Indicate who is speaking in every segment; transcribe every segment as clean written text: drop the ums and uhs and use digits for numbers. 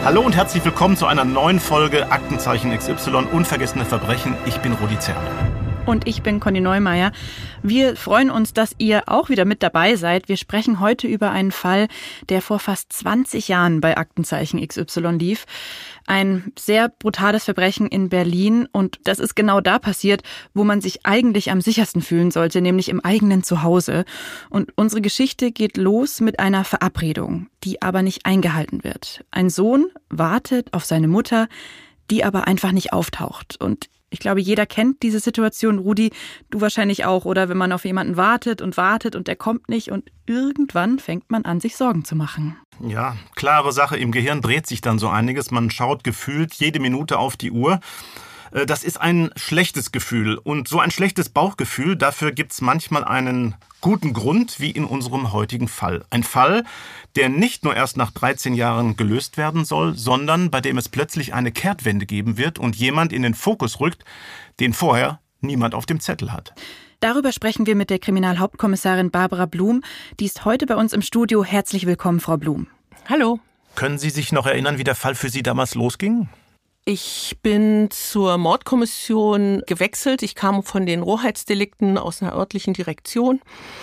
Speaker 1: Hallo und herzlich willkommen zu einer neuen Folge Aktenzeichen XY Unvergessene Verbrechen. Ich bin Rudi Zerne.
Speaker 2: Und ich bin Conny Neumeier. Wir freuen uns, dass ihr auch wieder mit dabei seid. Wir sprechen heute über einen Fall, der vor fast 20 Jahren bei Aktenzeichen XY lief. Ein sehr brutales Verbrechen in Berlin. Und das ist genau da passiert, wo man sich eigentlich am sichersten fühlen sollte, nämlich im eigenen Zuhause. Und unsere Geschichte geht los mit einer Verabredung, die aber nicht eingehalten wird. Ein Sohn wartet auf seine Mutter, die aber einfach nicht auftaucht. Und ich glaube, jeder kennt diese Situation. Rudi, du wahrscheinlich auch, oder? Wenn man auf jemanden wartet und der kommt nicht und irgendwann fängt man an, sich Sorgen zu machen.
Speaker 1: Ja, klare Sache, im Gehirn dreht sich dann so einiges. Man schaut gefühlt jede Minute auf die Uhr. Das ist ein schlechtes Gefühl. Und so ein schlechtes Bauchgefühl, dafür gibt's manchmal einen guten Grund, wie in unserem heutigen Fall. Ein Fall, der nicht nur erst nach 13 Jahren gelöst werden soll, sondern bei dem es plötzlich eine Kehrtwende geben wird und jemand in den Fokus rückt, den vorher niemand auf dem Zettel hat.
Speaker 2: Darüber sprechen wir mit der Kriminalhauptkommissarin Barbara Blum. Die ist heute bei uns im Studio. Herzlich willkommen, Frau Blum.
Speaker 3: Hallo.
Speaker 1: Können Sie sich noch erinnern, wie der Fall für Sie damals losging?
Speaker 3: Ich bin zur Mordkommission gewechselt. Ich kam von den Rohheitsdelikten aus einer örtlichen Direktion.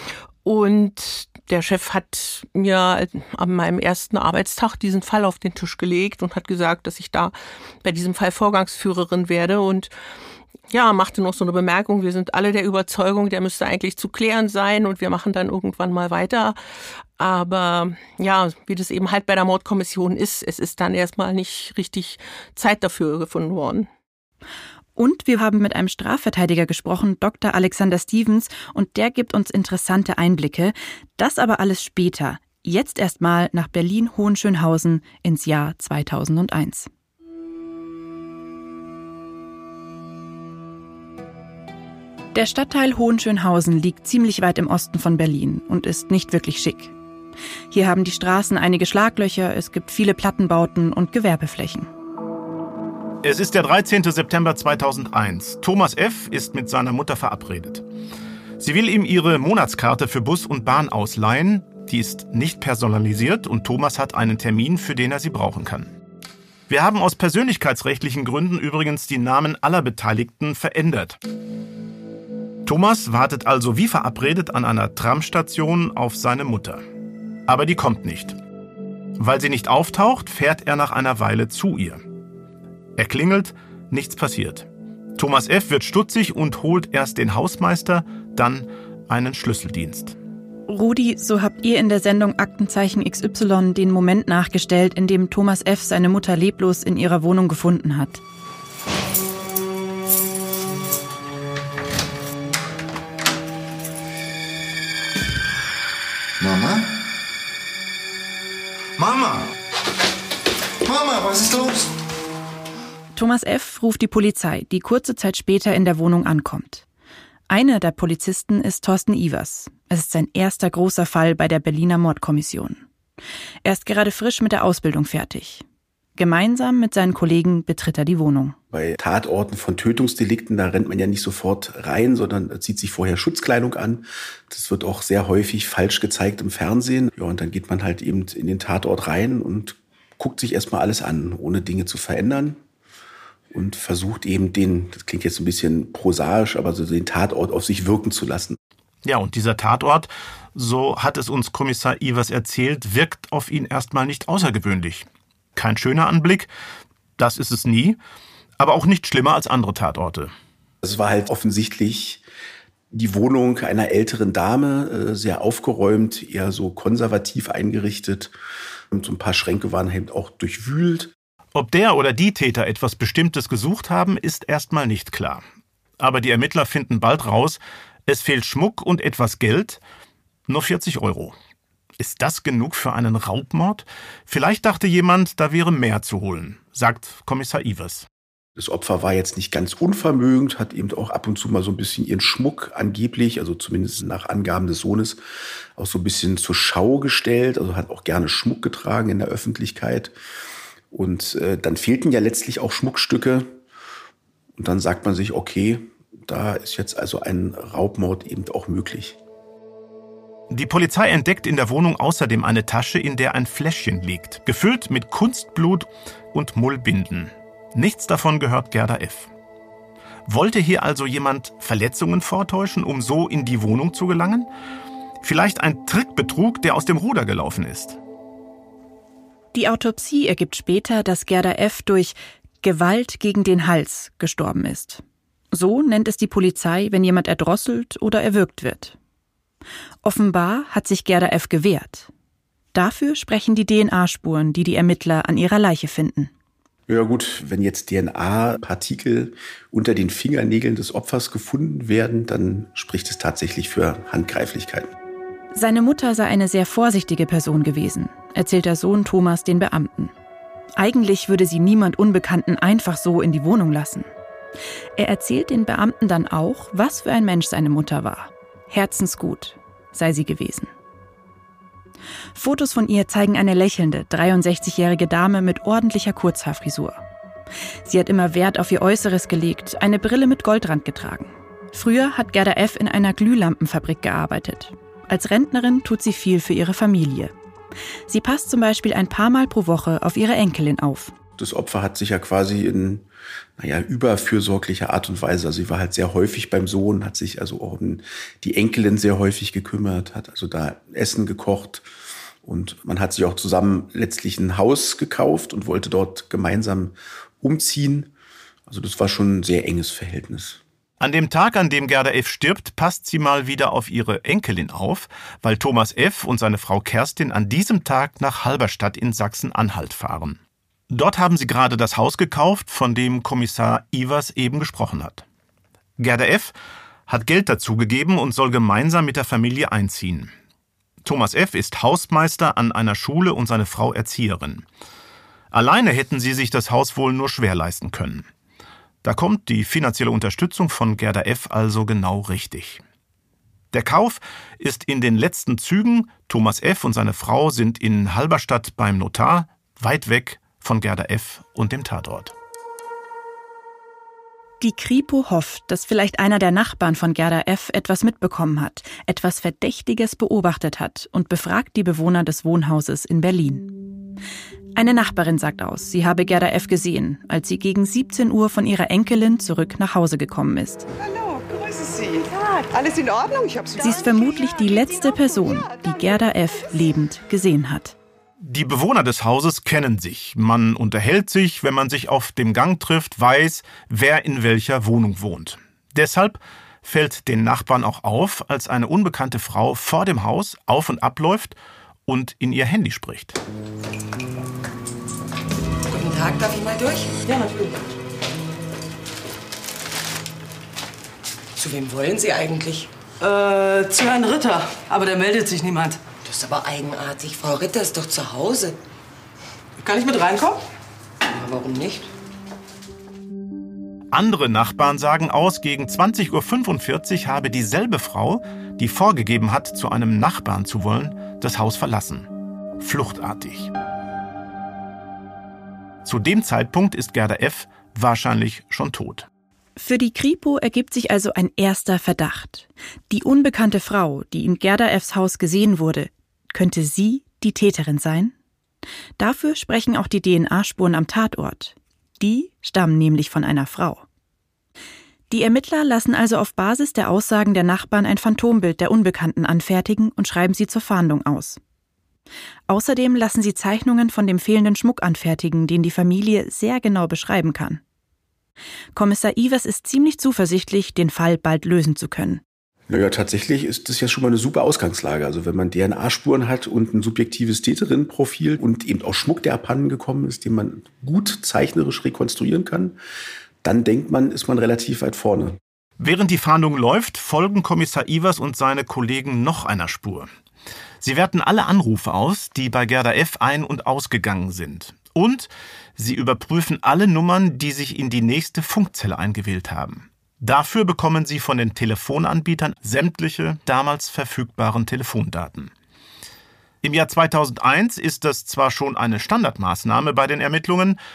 Speaker 3: Und der Chef hat mir an meinem ersten Arbeitstag diesen Fall auf den Tisch gelegt und hat gesagt, dass ich da bei diesem Fall Vorgangsführerin werde. Und ja, machte noch so eine Bemerkung, wir sind alle der Überzeugung, der müsste eigentlich zu klären sein und wir machen dann irgendwann mal weiter. Aber ja, wie das eben halt bei der Mordkommission ist, es ist dann erstmal nicht richtig Zeit dafür gefunden worden.
Speaker 2: Und wir haben mit einem Strafverteidiger gesprochen, Dr. Alexander Stevens, und der gibt uns interessante Einblicke. Das aber alles später. Jetzt erstmal nach Berlin-Hohenschönhausen ins Jahr 2001. Der Stadtteil Hohenschönhausen liegt ziemlich weit im Osten von Berlin und ist nicht wirklich schick. Hier haben die Straßen einige Schlaglöcher, es gibt viele Plattenbauten und Gewerbeflächen.
Speaker 1: Es ist der 13. September 2001. Thomas F. ist mit seiner Mutter verabredet. Sie will ihm ihre Monatskarte für Bus und Bahn ausleihen. Die ist nicht personalisiert und Thomas hat einen Termin, für den er sie brauchen kann. Wir haben aus persönlichkeitsrechtlichen Gründen übrigens die Namen aller Beteiligten verändert. Thomas wartet also wie verabredet an einer Tramstation auf seine Mutter. Aber die kommt nicht. Weil sie nicht auftaucht, fährt er nach einer Weile zu ihr. Er klingelt, nichts passiert. Thomas F. wird stutzig und holt erst den Hausmeister, dann einen Schlüsseldienst.
Speaker 2: Rudi, so habt ihr in der Sendung Aktenzeichen XY den Moment nachgestellt, in dem Thomas F. seine Mutter leblos in ihrer Wohnung gefunden hat.
Speaker 4: Mama? Mama! Mama, was ist los?
Speaker 2: Thomas F. ruft die Polizei, die kurze Zeit später in der Wohnung ankommt. Einer der Polizisten ist Thorsten Ivers. Es ist sein erster großer Fall bei der Berliner Mordkommission. Er ist gerade frisch mit der Ausbildung fertig. Gemeinsam mit seinen Kollegen betritt er die Wohnung.
Speaker 5: Bei Tatorten von Tötungsdelikten, da rennt man ja nicht sofort rein, sondern zieht sich vorher Schutzkleidung an. Das wird auch sehr häufig falsch gezeigt im Fernsehen. Ja, und dann geht man halt eben in den Tatort rein und guckt sich erstmal alles an, ohne Dinge zu verändern. Und versucht eben das klingt jetzt ein bisschen prosaisch, aber so den Tatort auf sich wirken zu lassen.
Speaker 1: Ja, und dieser Tatort, so hat es uns Kommissar Ivers erzählt, wirkt auf ihn erstmal nicht außergewöhnlich. Kein schöner Anblick, das ist es nie, aber auch nicht schlimmer als andere Tatorte.
Speaker 5: Es war halt offensichtlich die Wohnung einer älteren Dame, sehr aufgeräumt, eher so konservativ eingerichtet. Und so ein paar Schränke waren eben auch durchwühlt.
Speaker 1: Ob der oder die Täter etwas Bestimmtes gesucht haben, ist erstmal nicht klar. Aber die Ermittler finden bald raus, es fehlt Schmuck und etwas Geld, nur 40 €. Ist das genug für einen Raubmord? Vielleicht dachte jemand, da wäre mehr zu holen, sagt Kommissar Ivers.
Speaker 5: Das Opfer war jetzt nicht ganz unvermögend, hat eben auch ab und zu mal so ein bisschen ihren Schmuck angeblich, also zumindest nach Angaben des Sohnes, auch so ein bisschen zur Schau gestellt, also hat auch gerne Schmuck getragen in der Öffentlichkeit. Und dann fehlten ja letztlich auch Schmuckstücke. Und dann sagt man sich, okay, da ist jetzt also ein Raubmord eben auch möglich.
Speaker 1: Die Polizei entdeckt in der Wohnung außerdem eine Tasche, in der ein Fläschchen liegt, gefüllt mit Kunstblut und Mullbinden. Nichts davon gehört Gerda F. Wollte hier also jemand Verletzungen vortäuschen, um so in die Wohnung zu gelangen? Vielleicht ein Trickbetrug, der aus dem Ruder gelaufen ist.
Speaker 2: Die Autopsie ergibt später, dass Gerda F. durch Gewalt gegen den Hals gestorben ist. So nennt es die Polizei, wenn jemand erdrosselt oder erwürgt wird. Offenbar hat sich Gerda F. gewehrt. Dafür sprechen die DNA-Spuren, die die Ermittler an ihrer Leiche finden.
Speaker 5: Ja gut, wenn jetzt DNA-Partikel unter den Fingernägeln des Opfers gefunden werden, dann spricht es tatsächlich für Handgreiflichkeiten.
Speaker 2: Seine Mutter sei eine sehr vorsichtige Person gewesen, erzählt der Sohn Thomas den Beamten. Eigentlich würde sie niemand Unbekannten einfach so in die Wohnung lassen. Er erzählt den Beamten dann auch, was für ein Mensch seine Mutter war. Herzensgut sei sie gewesen. Fotos von ihr zeigen eine lächelnde, 63-jährige Dame mit ordentlicher Kurzhaarfrisur. Sie hat immer Wert auf ihr Äußeres gelegt, eine Brille mit Goldrand getragen. Früher hat Gerda F. in einer Glühlampenfabrik gearbeitet. Als Rentnerin tut sie viel für ihre Familie. Sie passt zum Beispiel ein paar Mal pro Woche auf ihre Enkelin auf.
Speaker 5: Das Opfer hat sich ja quasi in überfürsorglicher Art und Weise, also sie war halt sehr häufig beim Sohn, hat sich also auch um die Enkelin sehr häufig gekümmert, hat also da Essen gekocht und man hat sich auch zusammen letztlich ein Haus gekauft und wollte dort gemeinsam umziehen. Also das war schon ein sehr enges Verhältnis.
Speaker 1: An dem Tag, an dem Gerda F. stirbt, passt sie mal wieder auf ihre Enkelin auf, weil Thomas F. und seine Frau Kerstin an diesem Tag nach Halberstadt in Sachsen-Anhalt fahren. Dort haben sie gerade das Haus gekauft, von dem Kommissar Ivers eben gesprochen hat. Gerda F. hat Geld dazugegeben und soll gemeinsam mit der Familie einziehen. Thomas F. ist Hausmeister an einer Schule und seine Frau Erzieherin. Alleine hätten sie sich das Haus wohl nur schwer leisten können. Da kommt die finanzielle Unterstützung von Gerda F. also genau richtig. Der Kauf ist in den letzten Zügen. Thomas F. und seine Frau sind in Halberstadt beim Notar, weit weg von Gerda F. und dem Tatort.
Speaker 2: Die Kripo hofft, dass vielleicht einer der Nachbarn von Gerda F. etwas mitbekommen hat, etwas Verdächtiges beobachtet hat und befragt die Bewohner des Wohnhauses in Berlin. Eine Nachbarin sagt aus, sie habe Gerda F. gesehen, als sie gegen 17 Uhr von ihrer Enkelin zurück nach Hause gekommen ist.
Speaker 6: Hallo, grüße Sie. Alles in Ordnung?
Speaker 2: Sie ist vermutlich die letzte Person, die Gerda F. lebend gesehen hat.
Speaker 1: Die Bewohner des Hauses kennen sich. Man unterhält sich, wenn man sich auf dem Gang trifft, weiß, wer in welcher Wohnung wohnt. Deshalb fällt den Nachbarn auch auf, als eine unbekannte Frau vor dem Haus auf und ab läuft und in ihr Handy spricht.
Speaker 7: Guten Tag, darf ich mal durch?
Speaker 6: Ja, natürlich.
Speaker 7: Zu wem wollen Sie eigentlich?
Speaker 6: Zu Herrn Ritter, aber da meldet sich niemand.
Speaker 7: Das ist aber eigenartig. Frau Ritter ist doch zu Hause.
Speaker 6: Kann ich mit reinkommen?
Speaker 7: Ja, warum nicht?
Speaker 1: Andere Nachbarn sagen aus, gegen 20:45 Uhr habe dieselbe Frau, die vorgegeben hat, zu einem Nachbarn zu wollen, das Haus verlassen. Fluchtartig. Zu dem Zeitpunkt ist Gerda F. wahrscheinlich schon tot.
Speaker 2: Für die Kripo ergibt sich also ein erster Verdacht. Die unbekannte Frau, die in Gerda F.s Haus gesehen wurde, könnte sie die Täterin sein? Dafür sprechen auch die DNA-Spuren am Tatort. Die stammen nämlich von einer Frau. Die Ermittler lassen also auf Basis der Aussagen der Nachbarn ein Phantombild der Unbekannten anfertigen und schreiben sie zur Fahndung aus. Außerdem lassen sie Zeichnungen von dem fehlenden Schmuck anfertigen, den die Familie sehr genau beschreiben kann. Kommissar Ivers ist ziemlich zuversichtlich, den Fall bald lösen zu können.
Speaker 5: Naja, tatsächlich ist das ja schon mal eine super Ausgangslage. Also wenn man DNA-Spuren hat und ein subjektives Täterinnenprofil und eben auch Schmuck, der abhanden gekommen ist, den man gut zeichnerisch rekonstruieren kann, dann denkt man, ist man relativ weit vorne.
Speaker 1: Während die Fahndung läuft, folgen Kommissar Ivers und seine Kollegen noch einer Spur. Sie werten alle Anrufe aus, die bei Gerda F. ein- und ausgegangen sind. Und sie überprüfen alle Nummern, die sich in die nächste Funkzelle eingewählt haben. Dafür bekommen sie von den Telefonanbietern sämtliche damals verfügbaren Telefondaten. Im Jahr 2001 ist das zwar schon eine Standardmaßnahme bei den Ermittlungen,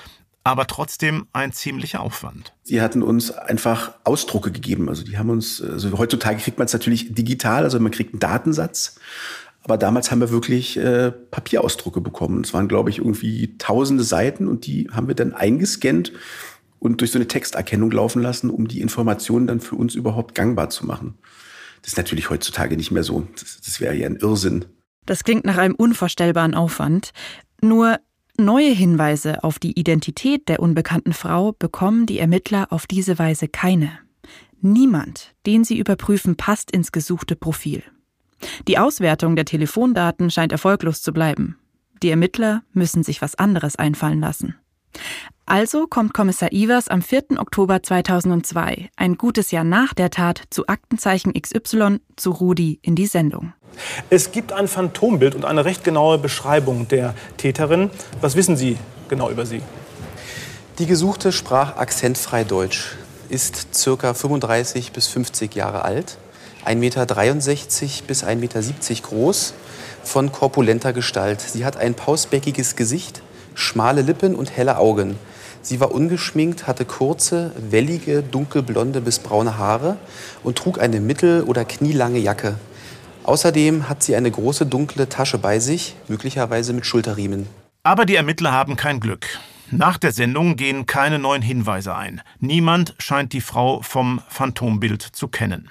Speaker 1: aber trotzdem ein ziemlicher Aufwand.
Speaker 5: Sie hatten uns einfach Ausdrucke gegeben. Also die haben uns, also heutzutage kriegt man es natürlich digital, also man kriegt einen Datensatz. Aber damals haben wir wirklich Papierausdrucke bekommen. Es waren, glaube ich, irgendwie tausende Seiten und die haben wir dann eingescannt und durch so eine Texterkennung laufen lassen, um die Informationen dann für uns überhaupt gangbar zu machen. Das ist natürlich heutzutage nicht mehr so. Das wäre ja ein Irrsinn.
Speaker 2: Das klingt nach einem unvorstellbaren Aufwand. Nur neue Hinweise auf die Identität der unbekannten Frau bekommen die Ermittler auf diese Weise keine. Niemand, den sie überprüfen, passt ins gesuchte Profil. Die Auswertung der Telefondaten scheint erfolglos zu bleiben. Die Ermittler müssen sich was anderes einfallen lassen. Also kommt Kommissar Ivers am 4. Oktober 2002, ein gutes Jahr nach der Tat, zu Aktenzeichen XY, zu Rudi in die Sendung.
Speaker 8: Es gibt ein Phantombild und eine recht genaue Beschreibung der Täterin. Was wissen Sie genau über sie?
Speaker 9: Die Gesuchte sprach akzentfrei Deutsch, ist ca. 35 bis 50 Jahre alt, 1,63 Meter bis 1,70 Meter groß, von korpulenter Gestalt. Sie hat ein pausbäckiges Gesicht, schmale Lippen und helle Augen. Sie war ungeschminkt, hatte kurze, wellige, dunkelblonde bis braune Haare und trug eine mittel- oder knielange Jacke. Außerdem hat sie eine große dunkle Tasche bei sich, möglicherweise mit Schulterriemen.
Speaker 1: Aber die Ermittler haben kein Glück. Nach der Sendung gehen keine neuen Hinweise ein. Niemand scheint die Frau vom Phantombild zu kennen.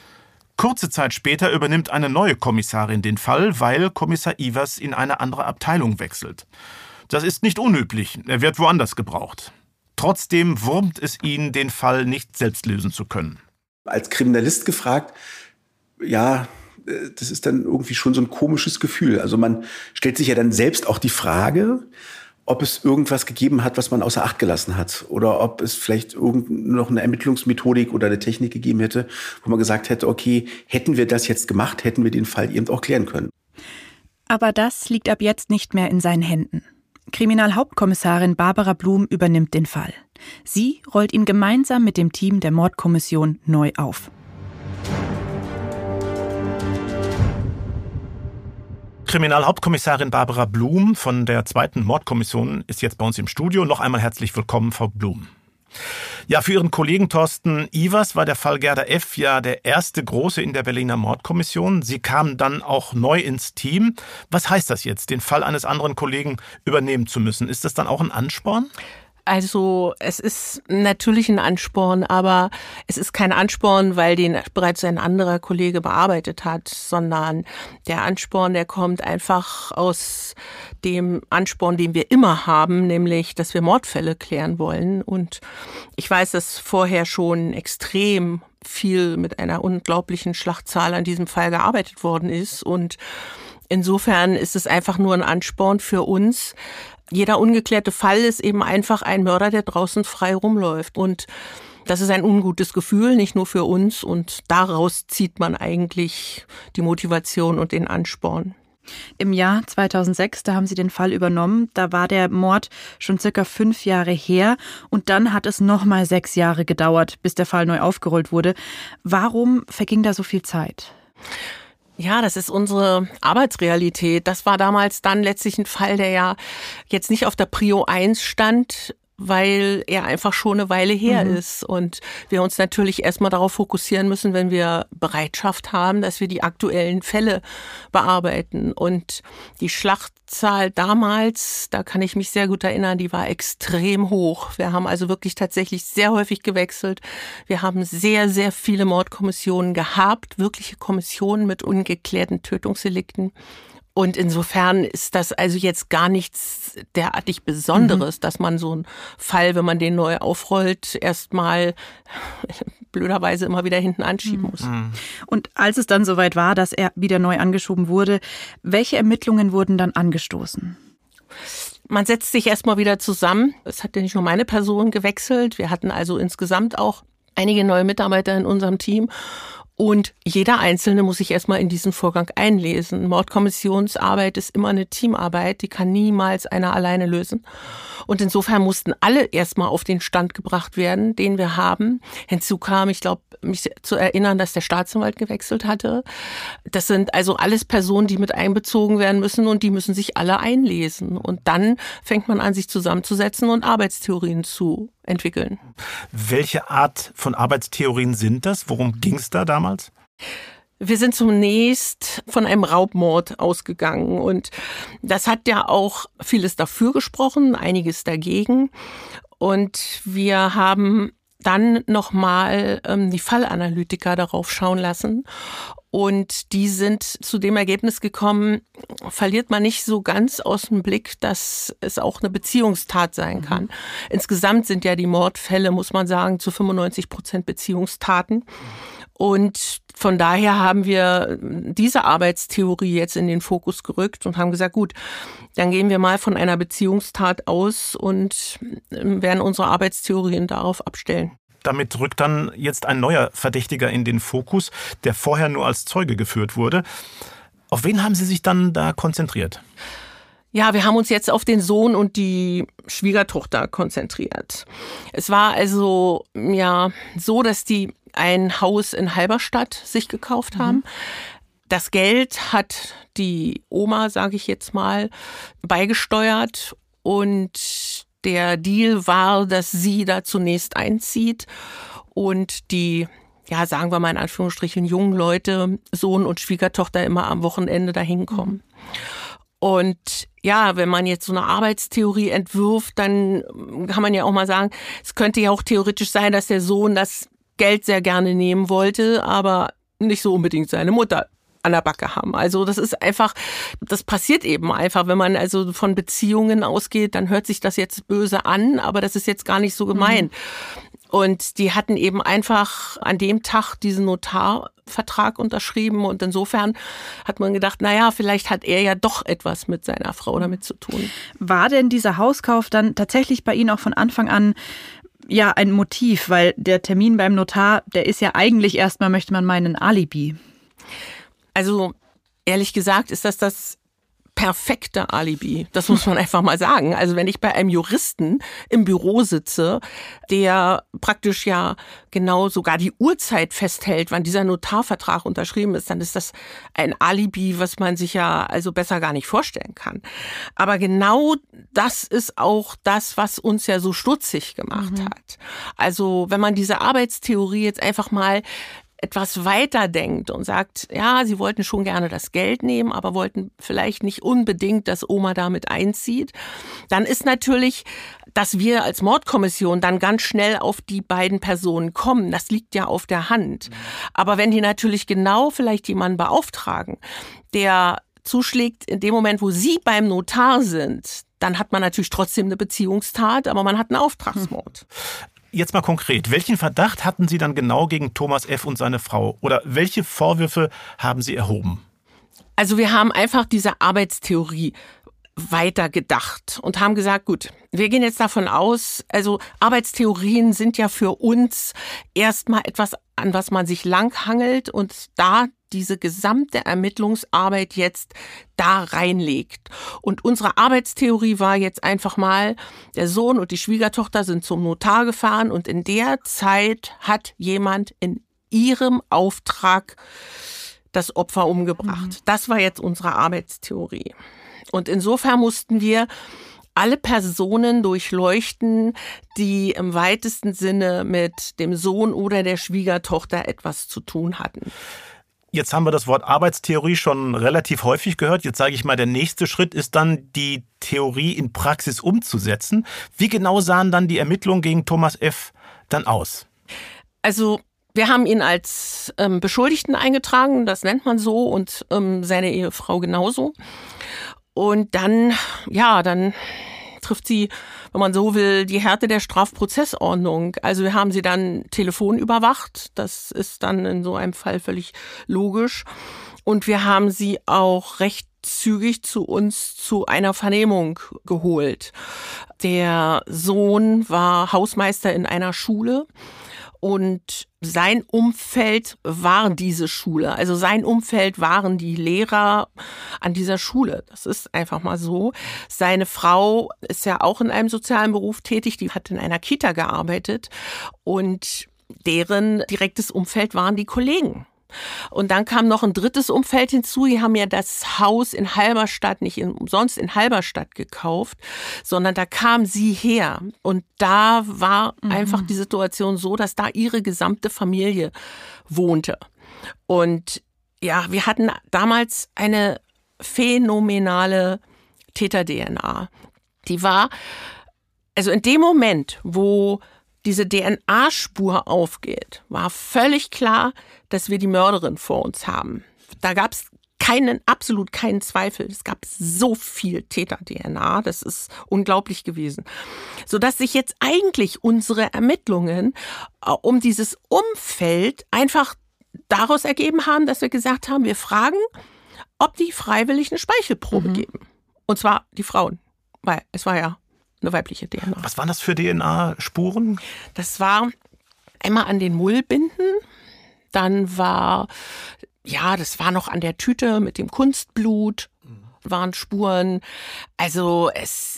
Speaker 1: Kurze Zeit später übernimmt eine neue Kommissarin den Fall, weil Kommissar Ivers in eine andere Abteilung wechselt. Das ist nicht unüblich, er wird woanders gebraucht. Trotzdem wurmt es ihn, den Fall nicht selbst lösen zu können.
Speaker 5: Als Kriminalist gefragt, ja, das ist dann irgendwie schon so ein komisches Gefühl. Also man stellt sich ja dann selbst auch die Frage, ob es irgendwas gegeben hat, was man außer Acht gelassen hat. Oder ob es vielleicht noch eine Ermittlungsmethodik oder eine Technik gegeben hätte, wo man gesagt hätte, okay, hätten wir das jetzt gemacht, hätten wir den Fall eben auch klären können.
Speaker 2: Aber das liegt ab jetzt nicht mehr in seinen Händen. Kriminalhauptkommissarin Barbara Blum übernimmt den Fall. Sie rollt ihn gemeinsam mit dem Team der Mordkommission neu auf.
Speaker 1: Kriminalhauptkommissarin Barbara Blum von der 2. Mordkommission ist jetzt bei uns im Studio. Noch einmal herzlich willkommen, Frau Blum. Ja, für Ihren Kollegen Thorsten Ivers war der Fall Gerda F. ja der erste große in der Berliner Mordkommission. Sie kamen dann auch neu ins Team. Was heißt das jetzt, den Fall eines anderen Kollegen übernehmen zu müssen? Ist das dann auch ein Ansporn?
Speaker 3: Also es ist natürlich ein Ansporn, aber es ist kein Ansporn, weil den bereits ein anderer Kollege bearbeitet hat, sondern der Ansporn, der kommt einfach aus dem Ansporn, den wir immer haben, nämlich, dass wir Mordfälle klären wollen. Und ich weiß, dass vorher schon extrem viel mit einer unglaublichen Schlachtzahl an diesem Fall gearbeitet worden ist. Und insofern ist es einfach nur ein Ansporn für uns. Jeder ungeklärte Fall ist eben einfach ein Mörder, der draußen frei rumläuft. Und das ist ein ungutes Gefühl, nicht nur für uns. Und daraus zieht man eigentlich die Motivation und den Ansporn.
Speaker 2: Im Jahr 2006, da haben Sie den Fall übernommen. Da war der Mord schon circa 5 Jahre her. Und dann hat es nochmal 6 Jahre gedauert, bis der Fall neu aufgerollt wurde. Warum verging da so viel Zeit?
Speaker 3: Ja, das ist unsere Arbeitsrealität. Das war damals dann letztlich ein Fall, der ja jetzt nicht auf der Prio 1 stand, weil er einfach schon eine Weile her ist. Und wir uns natürlich erstmal darauf fokussieren müssen, wenn wir Bereitschaft haben, dass wir die aktuellen Fälle bearbeiten. Und die Schlachtzahl damals, da kann ich mich sehr gut erinnern, die war extrem hoch. Wir haben also wirklich tatsächlich sehr häufig gewechselt. Wir haben sehr, sehr viele Mordkommissionen gehabt, wirkliche Kommissionen mit ungeklärten Tötungsdelikten. Und insofern ist das also jetzt gar nichts derartig Besonderes, dass man so einen Fall, wenn man den neu aufrollt, erstmal blöderweise immer wieder hinten anschieben muss.
Speaker 2: Und als es dann soweit war, dass er wieder neu angeschoben wurde, welche Ermittlungen wurden dann angestoßen?
Speaker 3: Man setzt sich erstmal wieder zusammen. Es hat ja nicht nur meine Person gewechselt. Wir hatten also insgesamt auch einige neue Mitarbeiter in unserem Team. Und jeder Einzelne muss sich erstmal in diesen Vorgang einlesen. Mordkommissionsarbeit ist immer eine Teamarbeit, die kann niemals einer alleine lösen. Und insofern mussten alle erstmal auf den Stand gebracht werden, den wir haben. Hinzu kam, ich glaube, mich zu erinnern, dass der Staatsanwalt gewechselt hatte. Das sind also alles Personen, die mit einbezogen werden müssen und die müssen sich alle einlesen. Und dann fängt man an, sich zusammenzusetzen und Arbeitstheorien zu entwickeln.
Speaker 1: Welche Art von Arbeitstheorien sind das? Worum ging es da damals?
Speaker 3: Wir sind zunächst von einem Raubmord ausgegangen und das hat ja auch vieles dafür gesprochen, einiges dagegen. Und wir haben dann nochmal die Fallanalytiker darauf schauen lassen. Und die sind zu dem Ergebnis gekommen, verliert man nicht so ganz aus dem Blick, dass es auch eine Beziehungstat sein kann. Insgesamt sind ja die Mordfälle, muss man sagen, zu 95% Beziehungstaten. Und von daher haben wir diese Arbeitstheorie jetzt in den Fokus gerückt und haben gesagt, gut, dann gehen wir mal von einer Beziehungstat aus und werden unsere Arbeitstheorien darauf abstellen.
Speaker 1: Damit rückt dann jetzt ein neuer Verdächtiger in den Fokus, der vorher nur als Zeuge geführt wurde. Auf wen haben Sie sich dann da konzentriert?
Speaker 3: Ja, wir haben uns jetzt auf den Sohn und die Schwiegertochter konzentriert. Es war also ja so, dass die ein Haus in Halberstadt sich gekauft haben. Das Geld hat die Oma, sage ich jetzt mal, beigesteuert und der Deal war, dass sie da zunächst einzieht und die, ja, sagen wir mal in Anführungsstrichen, jungen Leute, Sohn und Schwiegertochter immer am Wochenende dahin kommen. Und ja, wenn man jetzt so eine Arbeitstheorie entwirft, dann kann man ja auch mal sagen, es könnte ja auch theoretisch sein, dass der Sohn das Geld sehr gerne nehmen wollte, aber nicht so unbedingt seine Mutter an der Backe haben. Also das ist einfach, das passiert eben einfach, wenn man also von Beziehungen ausgeht, dann hört sich das jetzt böse an, aber das ist jetzt gar nicht so gemeint. Und die hatten eben einfach an dem Tag diesen Notarvertrag unterschrieben und insofern hat man gedacht, naja, vielleicht hat er ja doch etwas mit seiner Frau damit zu tun.
Speaker 2: War denn dieser Hauskauf dann tatsächlich bei Ihnen auch von Anfang an ja ein Motiv? Weil der Termin beim Notar, der ist ja eigentlich erstmal, möchte man meinen, ein Alibi.
Speaker 3: Also ehrlich gesagt ist das perfekte Alibi. Das muss man einfach mal sagen. Also wenn ich bei einem Juristen im Büro sitze, der praktisch ja genau sogar die Uhrzeit festhält, wann dieser Notarvertrag unterschrieben ist, dann ist das ein Alibi, was man sich ja also besser gar nicht vorstellen kann. Aber genau das ist auch das, was uns ja so stutzig gemacht hat. Also wenn man diese Arbeitstheorie jetzt einfach mal etwas weiter denkt und sagt, ja, sie wollten schon gerne das Geld nehmen, aber wollten vielleicht nicht unbedingt, dass Oma damit einzieht, dann ist natürlich, dass wir als Mordkommission dann ganz schnell auf die beiden Personen kommen. Das liegt ja auf der Hand. Aber wenn die natürlich genau vielleicht jemanden beauftragen, der zuschlägt in dem Moment, wo sie beim Notar sind, dann hat man natürlich trotzdem eine Beziehungstat, aber man hat einen Auftragsmord.
Speaker 1: Jetzt mal konkret, welchen Verdacht hatten Sie dann genau gegen Thomas F. und seine Frau? Oder welche Vorwürfe haben Sie erhoben?
Speaker 3: Also wir haben einfach diese Arbeitstheorie weitergedacht und haben gesagt, gut, wir gehen jetzt davon aus, also Arbeitstheorien sind ja für uns erstmal etwas, an was man sich langhangelt und da diese gesamte Ermittlungsarbeit jetzt da reinlegt. Und unsere Arbeitstheorie war jetzt einfach mal, der Sohn und die Schwiegertochter sind zum Notar gefahren und in der Zeit hat jemand in ihrem Auftrag das Opfer umgebracht. Das war jetzt unsere Arbeitstheorie. Und insofern mussten wir alle Personen durchleuchten, die im weitesten Sinne mit dem Sohn oder der Schwiegertochter etwas zu tun hatten.
Speaker 1: Jetzt haben wir das Wort Arbeitstheorie schon relativ häufig gehört. Jetzt sage ich mal, der nächste Schritt ist dann, die Theorie in Praxis umzusetzen. Wie genau sahen dann die Ermittlungen gegen Thomas F. dann aus?
Speaker 3: Also wir haben ihn als Beschuldigten eingetragen, das nennt man so, und seine Ehefrau genauso. Und dann trifft sie, wenn man so will, die Härte der Strafprozessordnung. Also wir haben sie dann telefonüberwacht. Das ist dann in so einem Fall völlig logisch. Und wir haben sie auch recht zügig zu uns zu einer Vernehmung geholt. Der Sohn war Hausmeister in einer Schule Und sein Umfeld war diese Schule. Also sein Umfeld waren die Lehrer an dieser Schule. Das ist einfach mal so. Seine Frau ist ja auch in einem sozialen Beruf tätig. Die hat in einer Kita gearbeitet. Und deren direktes Umfeld waren die Kollegen. Und dann kam noch ein drittes Umfeld hinzu. Die haben ja das Haus in Halberstadt nicht umsonst in Halberstadt gekauft, sondern da kam sie her. Und da war einfach die Situation so, dass da ihre gesamte Familie wohnte. Und ja, wir hatten damals eine phänomenale Täter-DNA. Die war, also in dem Moment, wo diese DNA-Spur aufgeht, war völlig klar, dass wir die Mörderin vor uns haben. Da gab es absolut keinen Zweifel. Es gab so viel Täter-DNA, das ist unglaublich gewesen. Sodass sich jetzt eigentlich unsere Ermittlungen um dieses Umfeld einfach daraus ergeben haben, dass wir gesagt haben, wir fragen, ob die freiwillig eine Speichelprobe geben. Und zwar die Frauen, weil es war ja eine weibliche DNA.
Speaker 1: Was waren das für DNA-Spuren?
Speaker 3: Das war einmal an den Mullbinden, dann das war noch an der Tüte mit dem Kunstblut, waren Spuren. Also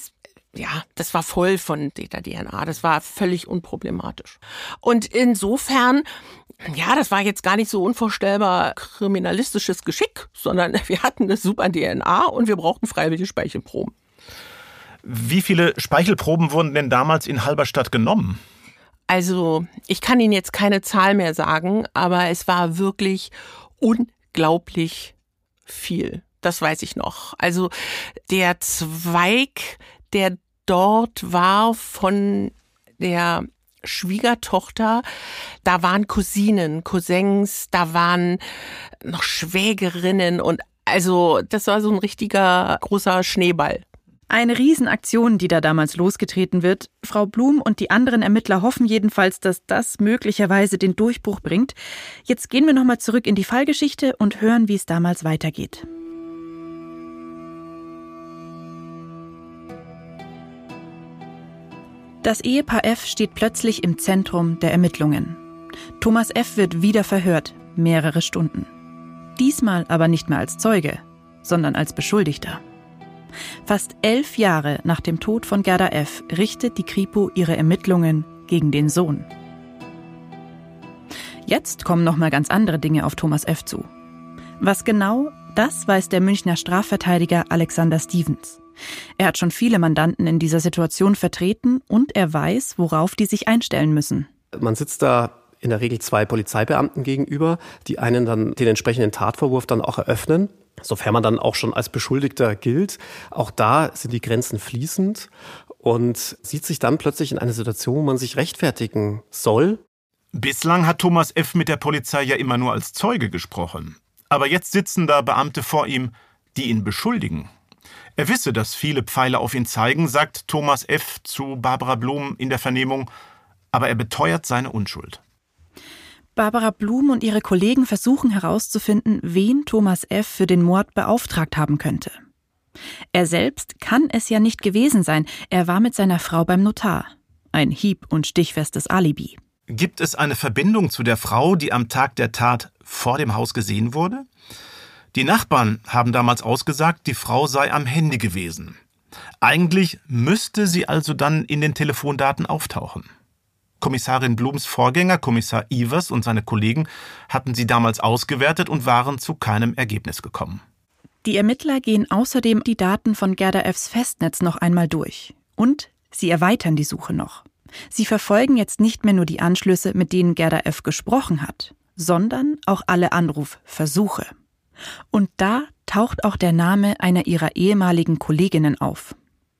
Speaker 3: das war voll von Täter-DNA, das war völlig unproblematisch. Und insofern, das war jetzt gar nicht so unvorstellbar kriminalistisches Geschick, sondern wir hatten eine super DNA und wir brauchten freiwillige Speichelproben.
Speaker 1: Wie viele Speichelproben wurden denn damals in Halberstadt genommen?
Speaker 3: Also, ich kann Ihnen jetzt keine Zahl mehr sagen, aber es war wirklich unglaublich viel. Das weiß ich noch. Also, der Zweig, der dort war von der Schwiegertochter, da waren Cousinen, Cousins, da waren noch Schwägerinnen und also, das war so ein richtiger großer Schneeball.
Speaker 2: Eine Riesenaktion, die da damals losgetreten wird. Frau Blum und die anderen Ermittler hoffen jedenfalls, dass das möglicherweise den Durchbruch bringt. Jetzt gehen wir nochmal zurück in die Fallgeschichte und hören, wie es damals weitergeht. Das Ehepaar F. steht plötzlich im Zentrum der Ermittlungen. Thomas F. wird wieder verhört, mehrere Stunden. Diesmal aber nicht mehr als Zeuge, sondern als Beschuldigter. Fast 11 Jahre nach dem Tod von Gerda F. richtet die Kripo ihre Ermittlungen gegen den Sohn. Jetzt kommen noch mal ganz andere Dinge auf Thomas F. zu. Was genau, das weiß der Münchner Strafverteidiger Alexander Stevens. Er hat schon viele Mandanten in dieser Situation vertreten und er weiß, worauf die sich einstellen müssen.
Speaker 10: Man sitzt da in der Regel 2 Polizeibeamten gegenüber, die einen dann den entsprechenden Tatvorwurf dann auch eröffnen, sofern man dann auch schon als Beschuldigter gilt. Auch da sind die Grenzen fließend und sieht sich dann plötzlich in einer Situation, wo man sich rechtfertigen soll.
Speaker 1: Bislang hat Thomas F. mit der Polizei ja immer nur als Zeuge gesprochen. Aber jetzt sitzen da Beamte vor ihm, die ihn beschuldigen. Er wisse, dass viele Pfeile auf ihn zeigen, sagt Thomas F. zu Barbara Blum in der Vernehmung, aber er beteuert seine Unschuld.
Speaker 2: Barbara Blum und ihre Kollegen versuchen herauszufinden, wen Thomas F. für den Mord beauftragt haben könnte. Er selbst kann es ja nicht gewesen sein, er war mit seiner Frau beim Notar. Ein hieb- und stichfestes Alibi.
Speaker 1: Gibt es eine Verbindung zu der Frau, die am Tag der Tat vor dem Haus gesehen wurde? Die Nachbarn haben damals ausgesagt, die Frau sei am Handy gewesen. Eigentlich müsste sie also dann in den Telefondaten auftauchen. Kommissarin Blums Vorgänger, Kommissar Ivers und seine Kollegen hatten sie damals ausgewertet und waren zu keinem Ergebnis gekommen.
Speaker 2: Die Ermittler gehen außerdem die Daten von Gerda F.'s Festnetz noch einmal durch. Und sie erweitern die Suche noch. Sie verfolgen jetzt nicht mehr nur die Anschlüsse, mit denen Gerda F. gesprochen hat, sondern auch alle Anrufversuche. Und da taucht auch der Name einer ihrer ehemaligen Kolleginnen auf.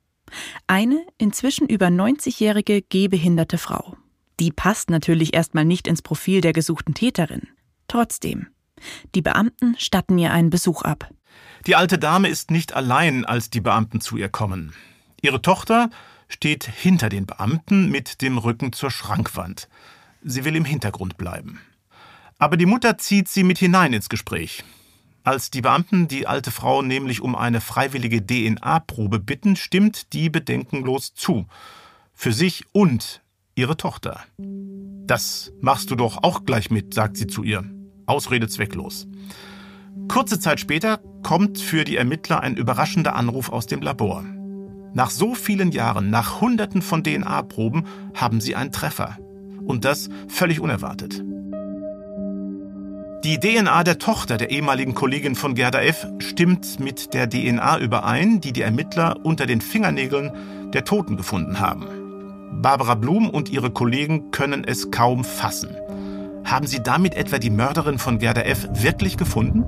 Speaker 2: Eine inzwischen über 90-jährige gehbehinderte Frau. Die passt natürlich erstmal nicht ins Profil der gesuchten Täterin. Trotzdem, die Beamten statten ihr einen Besuch ab.
Speaker 1: Die alte Dame ist nicht allein, als die Beamten zu ihr kommen. Ihre Tochter steht hinter den Beamten mit dem Rücken zur Schrankwand. Sie will im Hintergrund bleiben. Aber die Mutter zieht sie mit hinein ins Gespräch. Als die Beamten die alte Frau nämlich um eine freiwillige DNA-Probe bitten, stimmt die bedenkenlos zu. Für sich und ihre Tochter. Das machst du doch auch gleich mit, sagt sie zu ihr. Ausrede zwecklos. Kurze Zeit später kommt für die Ermittler ein überraschender Anruf aus dem Labor. Nach so vielen Jahren, nach Hunderten von DNA-Proben, haben sie einen Treffer. Und das völlig unerwartet. Die DNA der Tochter der ehemaligen Kollegin von Gerda F. stimmt mit der DNA überein, die die Ermittler unter den Fingernägeln der Toten gefunden haben. Barbara Blum und ihre Kollegen können es kaum fassen. Haben sie damit etwa die Mörderin von Gerda F. wirklich gefunden?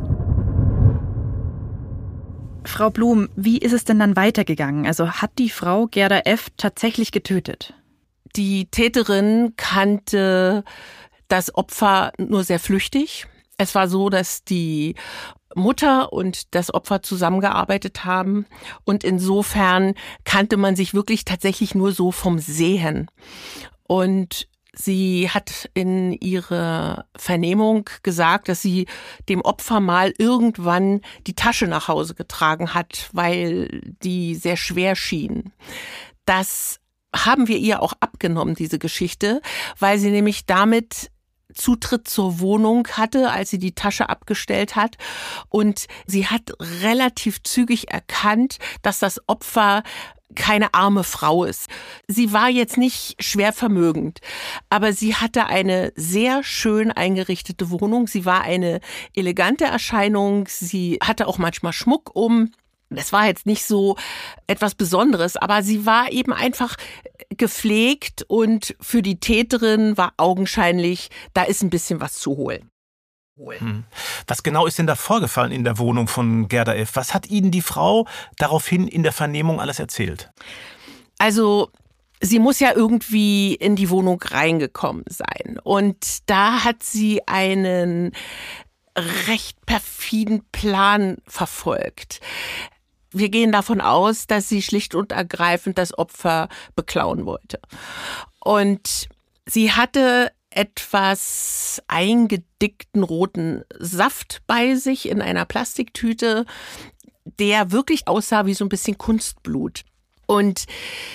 Speaker 2: Frau Blum, wie ist es denn dann weitergegangen? Also hat die Frau Gerda F. tatsächlich getötet?
Speaker 3: Die Täterin kannte das Opfer nur sehr flüchtig. Es war so, dass die Mutter und das Opfer zusammengearbeitet haben und insofern kannte man sich wirklich tatsächlich nur so vom Sehen. Und sie hat in ihrer Vernehmung gesagt, dass sie dem Opfer mal irgendwann die Tasche nach Hause getragen hat, weil die sehr schwer schien. Das haben wir ihr auch abgenommen, diese Geschichte, weil sie nämlich damit Zutritt zur Wohnung hatte, als sie die Tasche abgestellt hat. Und sie hat relativ zügig erkannt, dass das Opfer keine arme Frau ist. Sie war jetzt nicht schwer vermögend, aber sie hatte eine sehr schön eingerichtete Wohnung. Sie war eine elegante Erscheinung. Sie hatte auch manchmal Schmuck um. Das war jetzt nicht so etwas Besonderes, aber sie war eben einfach gepflegt und für die Täterin war augenscheinlich, da ist ein bisschen was zu holen.
Speaker 1: Was genau ist denn da vorgefallen in der Wohnung von Gerda F.? Was hat Ihnen die Frau daraufhin in der Vernehmung alles erzählt?
Speaker 3: Also sie muss ja irgendwie in die Wohnung reingekommen sein und da hat sie einen recht perfiden Plan verfolgt. Wir gehen davon aus, dass sie schlicht und ergreifend das Opfer beklauen wollte. Und sie hatte etwas eingedickten roten Saft bei sich in einer Plastiktüte, der wirklich aussah wie so ein bisschen Kunstblut. Und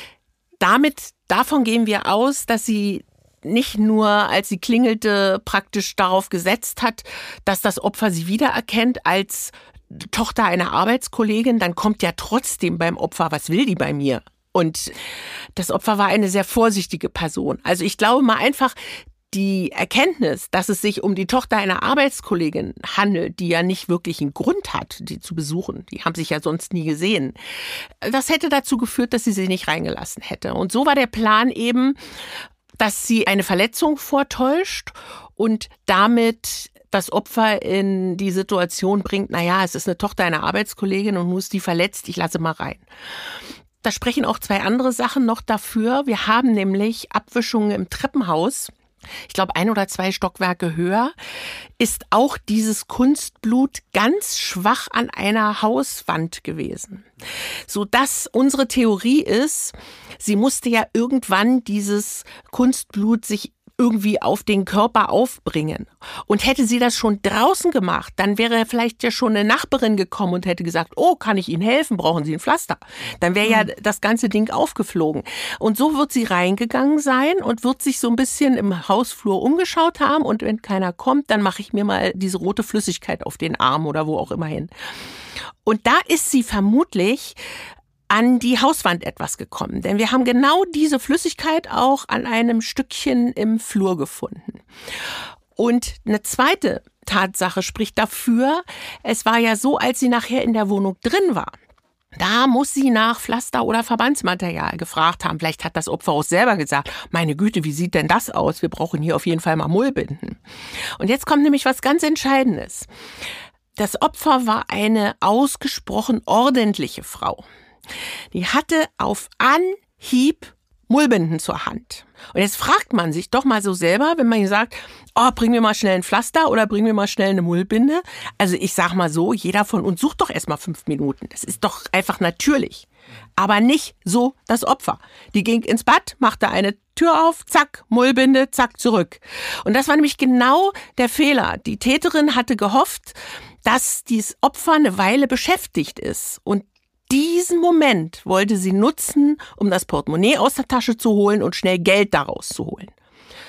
Speaker 3: davon gehen wir aus, dass sie nicht nur, als sie klingelte, praktisch darauf gesetzt hat, dass das Opfer sie wiedererkennt als Tochter einer Arbeitskollegin, dann kommt ja trotzdem beim Opfer, was will die bei mir? Und das Opfer war eine sehr vorsichtige Person. Also ich glaube mal einfach, die Erkenntnis, dass es sich um die Tochter einer Arbeitskollegin handelt, die ja nicht wirklich einen Grund hat, die zu besuchen, die haben sich ja sonst nie gesehen, das hätte dazu geführt, dass sie nicht reingelassen hätte. Und so war der Plan eben, dass sie eine Verletzung vortäuscht und damit das Opfer in die Situation bringt, naja, es ist eine Tochter einer Arbeitskollegin und nun ist die verletzt, ich lasse mal rein. Da sprechen auch zwei andere Sachen noch dafür. Wir haben nämlich Abwischungen im Treppenhaus. Ich glaube, 1 oder 2 Stockwerke höher ist auch dieses Kunstblut ganz schwach an einer Hauswand gewesen. Sodass unsere Theorie ist, sie musste ja irgendwann dieses Kunstblut sich irgendwie auf den Körper aufbringen. Und hätte sie das schon draußen gemacht, dann wäre vielleicht ja schon eine Nachbarin gekommen und hätte gesagt, oh, kann ich Ihnen helfen? Brauchen Sie ein Pflaster? Dann wäre ja das ganze Ding aufgeflogen. Und so wird sie reingegangen sein und wird sich so ein bisschen im Hausflur umgeschaut haben. Und wenn keiner kommt, dann mache ich mir mal diese rote Flüssigkeit auf den Arm oder wo auch immer hin. Und da ist sie vermutlich an die Hauswand etwas gekommen. Denn wir haben genau diese Flüssigkeit auch an einem Stückchen im Flur gefunden. Und eine zweite Tatsache spricht dafür, es war ja so, als sie nachher in der Wohnung drin war, da muss sie nach Pflaster oder Verbandsmaterial gefragt haben. Vielleicht hat das Opfer auch selber gesagt, meine Güte, wie sieht denn das aus? Wir brauchen hier auf jeden Fall mal Mullbinden. Und jetzt kommt nämlich was ganz Entscheidendes. Das Opfer war eine ausgesprochen ordentliche Frau. Die hatte auf Anhieb Mullbinden zur Hand. Und jetzt fragt man sich doch mal so selber, wenn man sagt, oh, bring mir mal schnell ein Pflaster oder bring mir mal schnell eine Mullbinde. Also ich sag mal so, jeder von uns sucht doch erst mal 5 Minuten. Das ist doch einfach natürlich. Aber nicht so das Opfer. Die ging ins Bad, machte eine Tür auf, zack, Mullbinde, zack, zurück. Und das war nämlich genau der Fehler. Die Täterin hatte gehofft, dass dieses Opfer eine Weile beschäftigt ist. Und diesen Moment wollte sie nutzen, um das Portemonnaie aus der Tasche zu holen und schnell Geld daraus zu holen.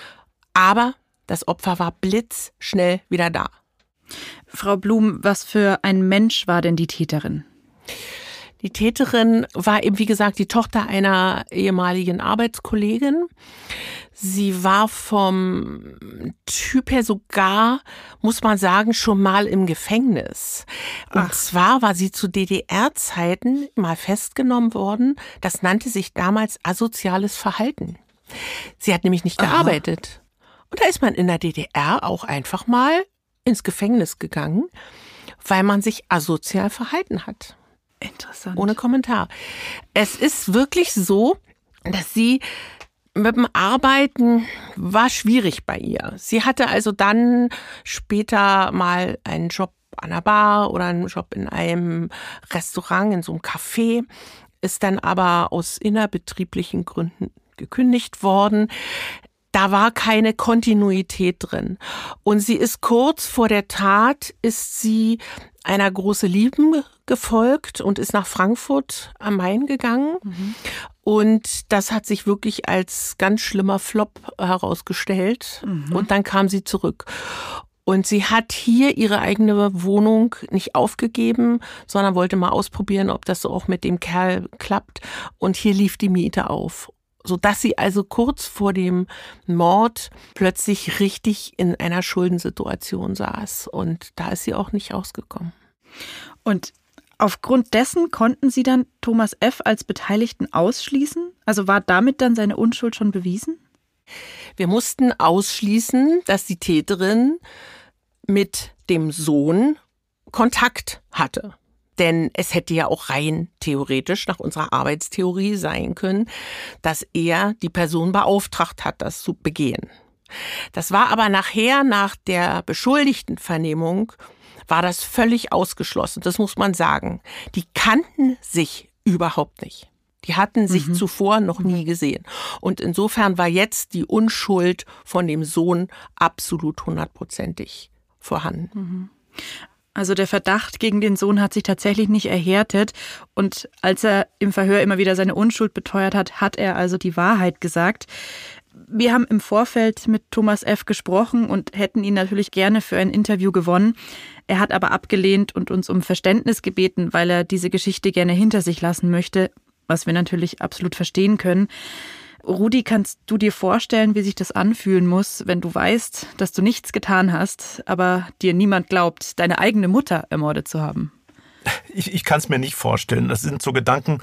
Speaker 3: Aber das Opfer war blitzschnell wieder da.
Speaker 2: Frau Blum, was für ein Mensch war denn die Täterin?
Speaker 3: Die Täterin war eben, wie gesagt, die Tochter einer ehemaligen Arbeitskollegin. Sie war vom Typ her sogar, muss man sagen, schon mal im Gefängnis. Und zwar war sie zu DDR-Zeiten mal festgenommen worden. Das nannte sich damals asoziales Verhalten. Sie hat nämlich nicht gearbeitet. Und da ist man in der DDR auch einfach mal ins Gefängnis gegangen, weil man sich asozial verhalten hat.
Speaker 2: Interessant.
Speaker 3: Ohne Kommentar. Es ist wirklich so, dass sie mit dem Arbeiten war schwierig bei ihr. Sie hatte also dann später mal einen Job an der Bar oder einen Job in einem Restaurant, in so einem Café, ist dann aber aus innerbetrieblichen Gründen gekündigt worden. Da war keine Kontinuität drin. Und sie ist kurz vor der Tat, ist sie einer großen Liebe gefolgt und ist nach Frankfurt am Main gegangen. Und das hat sich wirklich als ganz schlimmer Flop herausgestellt. Und dann kam sie zurück. Und sie hat hier ihre eigene Wohnung nicht aufgegeben, sondern wollte mal ausprobieren, ob das so auch mit dem Kerl klappt. Und hier lief die Miete auf. Sodass sie also kurz vor dem Mord plötzlich richtig in einer Schuldensituation saß. Und da ist sie auch nicht rausgekommen.
Speaker 2: Und aufgrund dessen konnten Sie dann Thomas F. als Beteiligten ausschließen? Also war damit dann seine Unschuld schon bewiesen?
Speaker 3: Wir mussten ausschließen, dass die Täterin mit dem Sohn Kontakt hatte. Denn es hätte ja auch rein theoretisch nach unserer Arbeitstheorie sein können, dass er die Person beauftragt hat, das zu begehen. Das war aber nachher, nach der Beschuldigtenvernehmung, war das völlig ausgeschlossen. Das muss man sagen. Die kannten sich überhaupt nicht. Die hatten sich zuvor noch nie gesehen. Und insofern war jetzt die Unschuld von dem Sohn absolut 100%ig vorhanden.
Speaker 2: Also der Verdacht gegen den Sohn hat sich tatsächlich nicht erhärtet. Und als er im Verhör immer wieder seine Unschuld beteuert hat, hat er also die Wahrheit gesagt. Wir haben im Vorfeld mit Thomas F. gesprochen und hätten ihn natürlich gerne für ein Interview gewonnen. Er hat aber abgelehnt und uns um Verständnis gebeten, weil er diese Geschichte gerne hinter sich lassen möchte, was wir natürlich absolut verstehen können. Rudi, kannst du dir vorstellen, wie sich das anfühlen muss, wenn du weißt, dass du nichts getan hast, aber dir niemand glaubt, deine eigene Mutter ermordet zu haben?
Speaker 1: Ich kann es mir nicht vorstellen. Das sind so Gedanken,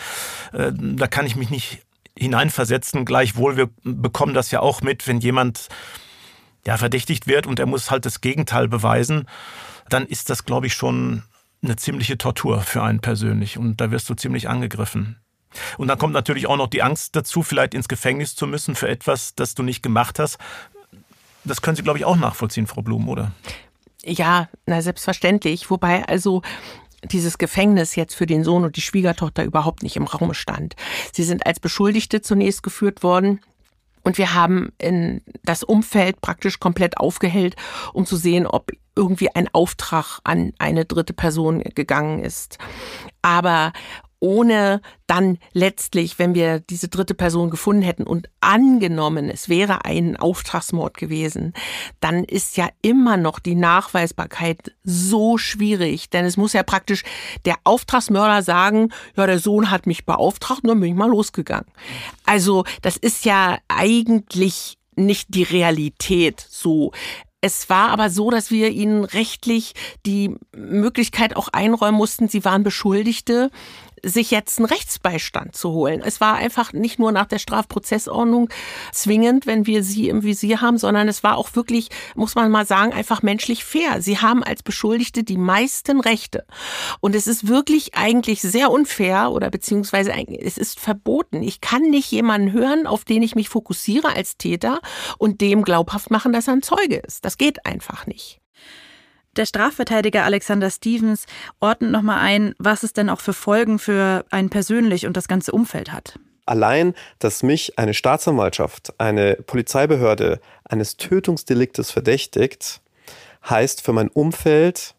Speaker 1: da kann ich mich nicht hineinversetzen. Gleichwohl, wir bekommen das ja auch mit, wenn jemand verdächtigt wird und er muss halt das Gegenteil beweisen, dann ist das, glaube ich, schon eine ziemliche Tortur für einen persönlich. Und da wirst du ziemlich angegriffen. Und dann kommt natürlich auch noch die Angst dazu, vielleicht ins Gefängnis zu müssen für etwas, das du nicht gemacht hast. Das können Sie, glaube ich, auch nachvollziehen, Frau Blum, oder?
Speaker 3: Ja, selbstverständlich. Wobei also dieses Gefängnis jetzt für den Sohn und die Schwiegertochter überhaupt nicht im Raum stand. Sie sind als Beschuldigte zunächst geführt worden. Und wir haben in das Umfeld praktisch komplett aufgehellt, um zu sehen, ob irgendwie ein Auftrag an eine dritte Person gegangen ist. Aber ohne dann letztlich, wenn wir diese dritte Person gefunden hätten und angenommen, es wäre ein Auftragsmord gewesen, dann ist ja immer noch die Nachweisbarkeit so schwierig. Denn es muss ja praktisch der Auftragsmörder sagen, ja, der Sohn hat mich beauftragt und dann bin ich mal losgegangen. Also das ist ja eigentlich nicht die Realität so. Es war aber so, dass wir ihnen rechtlich die Möglichkeit auch einräumen mussten, sie waren Beschuldigte, sich jetzt einen Rechtsbeistand zu holen. Es war einfach nicht nur nach der Strafprozessordnung zwingend, wenn wir sie im Visier haben, sondern es war auch wirklich, muss man mal sagen, einfach menschlich fair. Sie haben als Beschuldigte die meisten Rechte. Und es ist wirklich eigentlich sehr unfair oder beziehungsweise es ist verboten. Ich kann nicht jemanden hören, auf den ich mich fokussiere als Täter und dem glaubhaft machen, dass er ein Zeuge ist. Das geht einfach nicht.
Speaker 2: Der Strafverteidiger Alexander Stevens ordnet nochmal ein, was es denn auch für Folgen für einen persönlich und das ganze Umfeld hat.
Speaker 10: Allein, dass mich eine Staatsanwaltschaft, eine Polizeibehörde eines Tötungsdeliktes verdächtigt, heißt für mein Umfeld,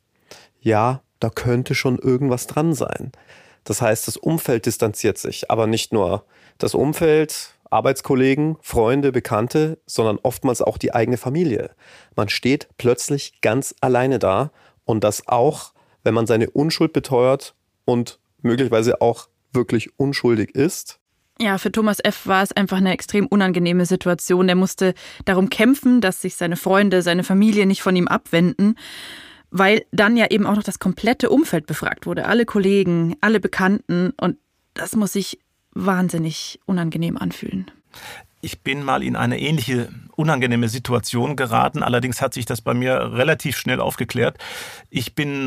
Speaker 10: ja, da könnte schon irgendwas dran sein. Das heißt, das Umfeld distanziert sich, aber nicht nur das Umfeld, Arbeitskollegen, Freunde, Bekannte, sondern oftmals auch die eigene Familie. Man steht plötzlich ganz alleine da und das auch, wenn man seine Unschuld beteuert und möglicherweise auch wirklich unschuldig ist.
Speaker 2: Ja, für Thomas F. war es einfach eine extrem unangenehme Situation. Er musste darum kämpfen, dass sich seine Freunde, seine Familie nicht von ihm abwenden, weil dann ja eben auch noch das komplette Umfeld befragt wurde. Alle Kollegen, alle Bekannten, und das muss sich wahnsinnig unangenehm anfühlen.
Speaker 1: Ich bin mal in eine ähnliche unangenehme Situation geraten. Allerdings hat sich das bei mir relativ schnell aufgeklärt. Ich bin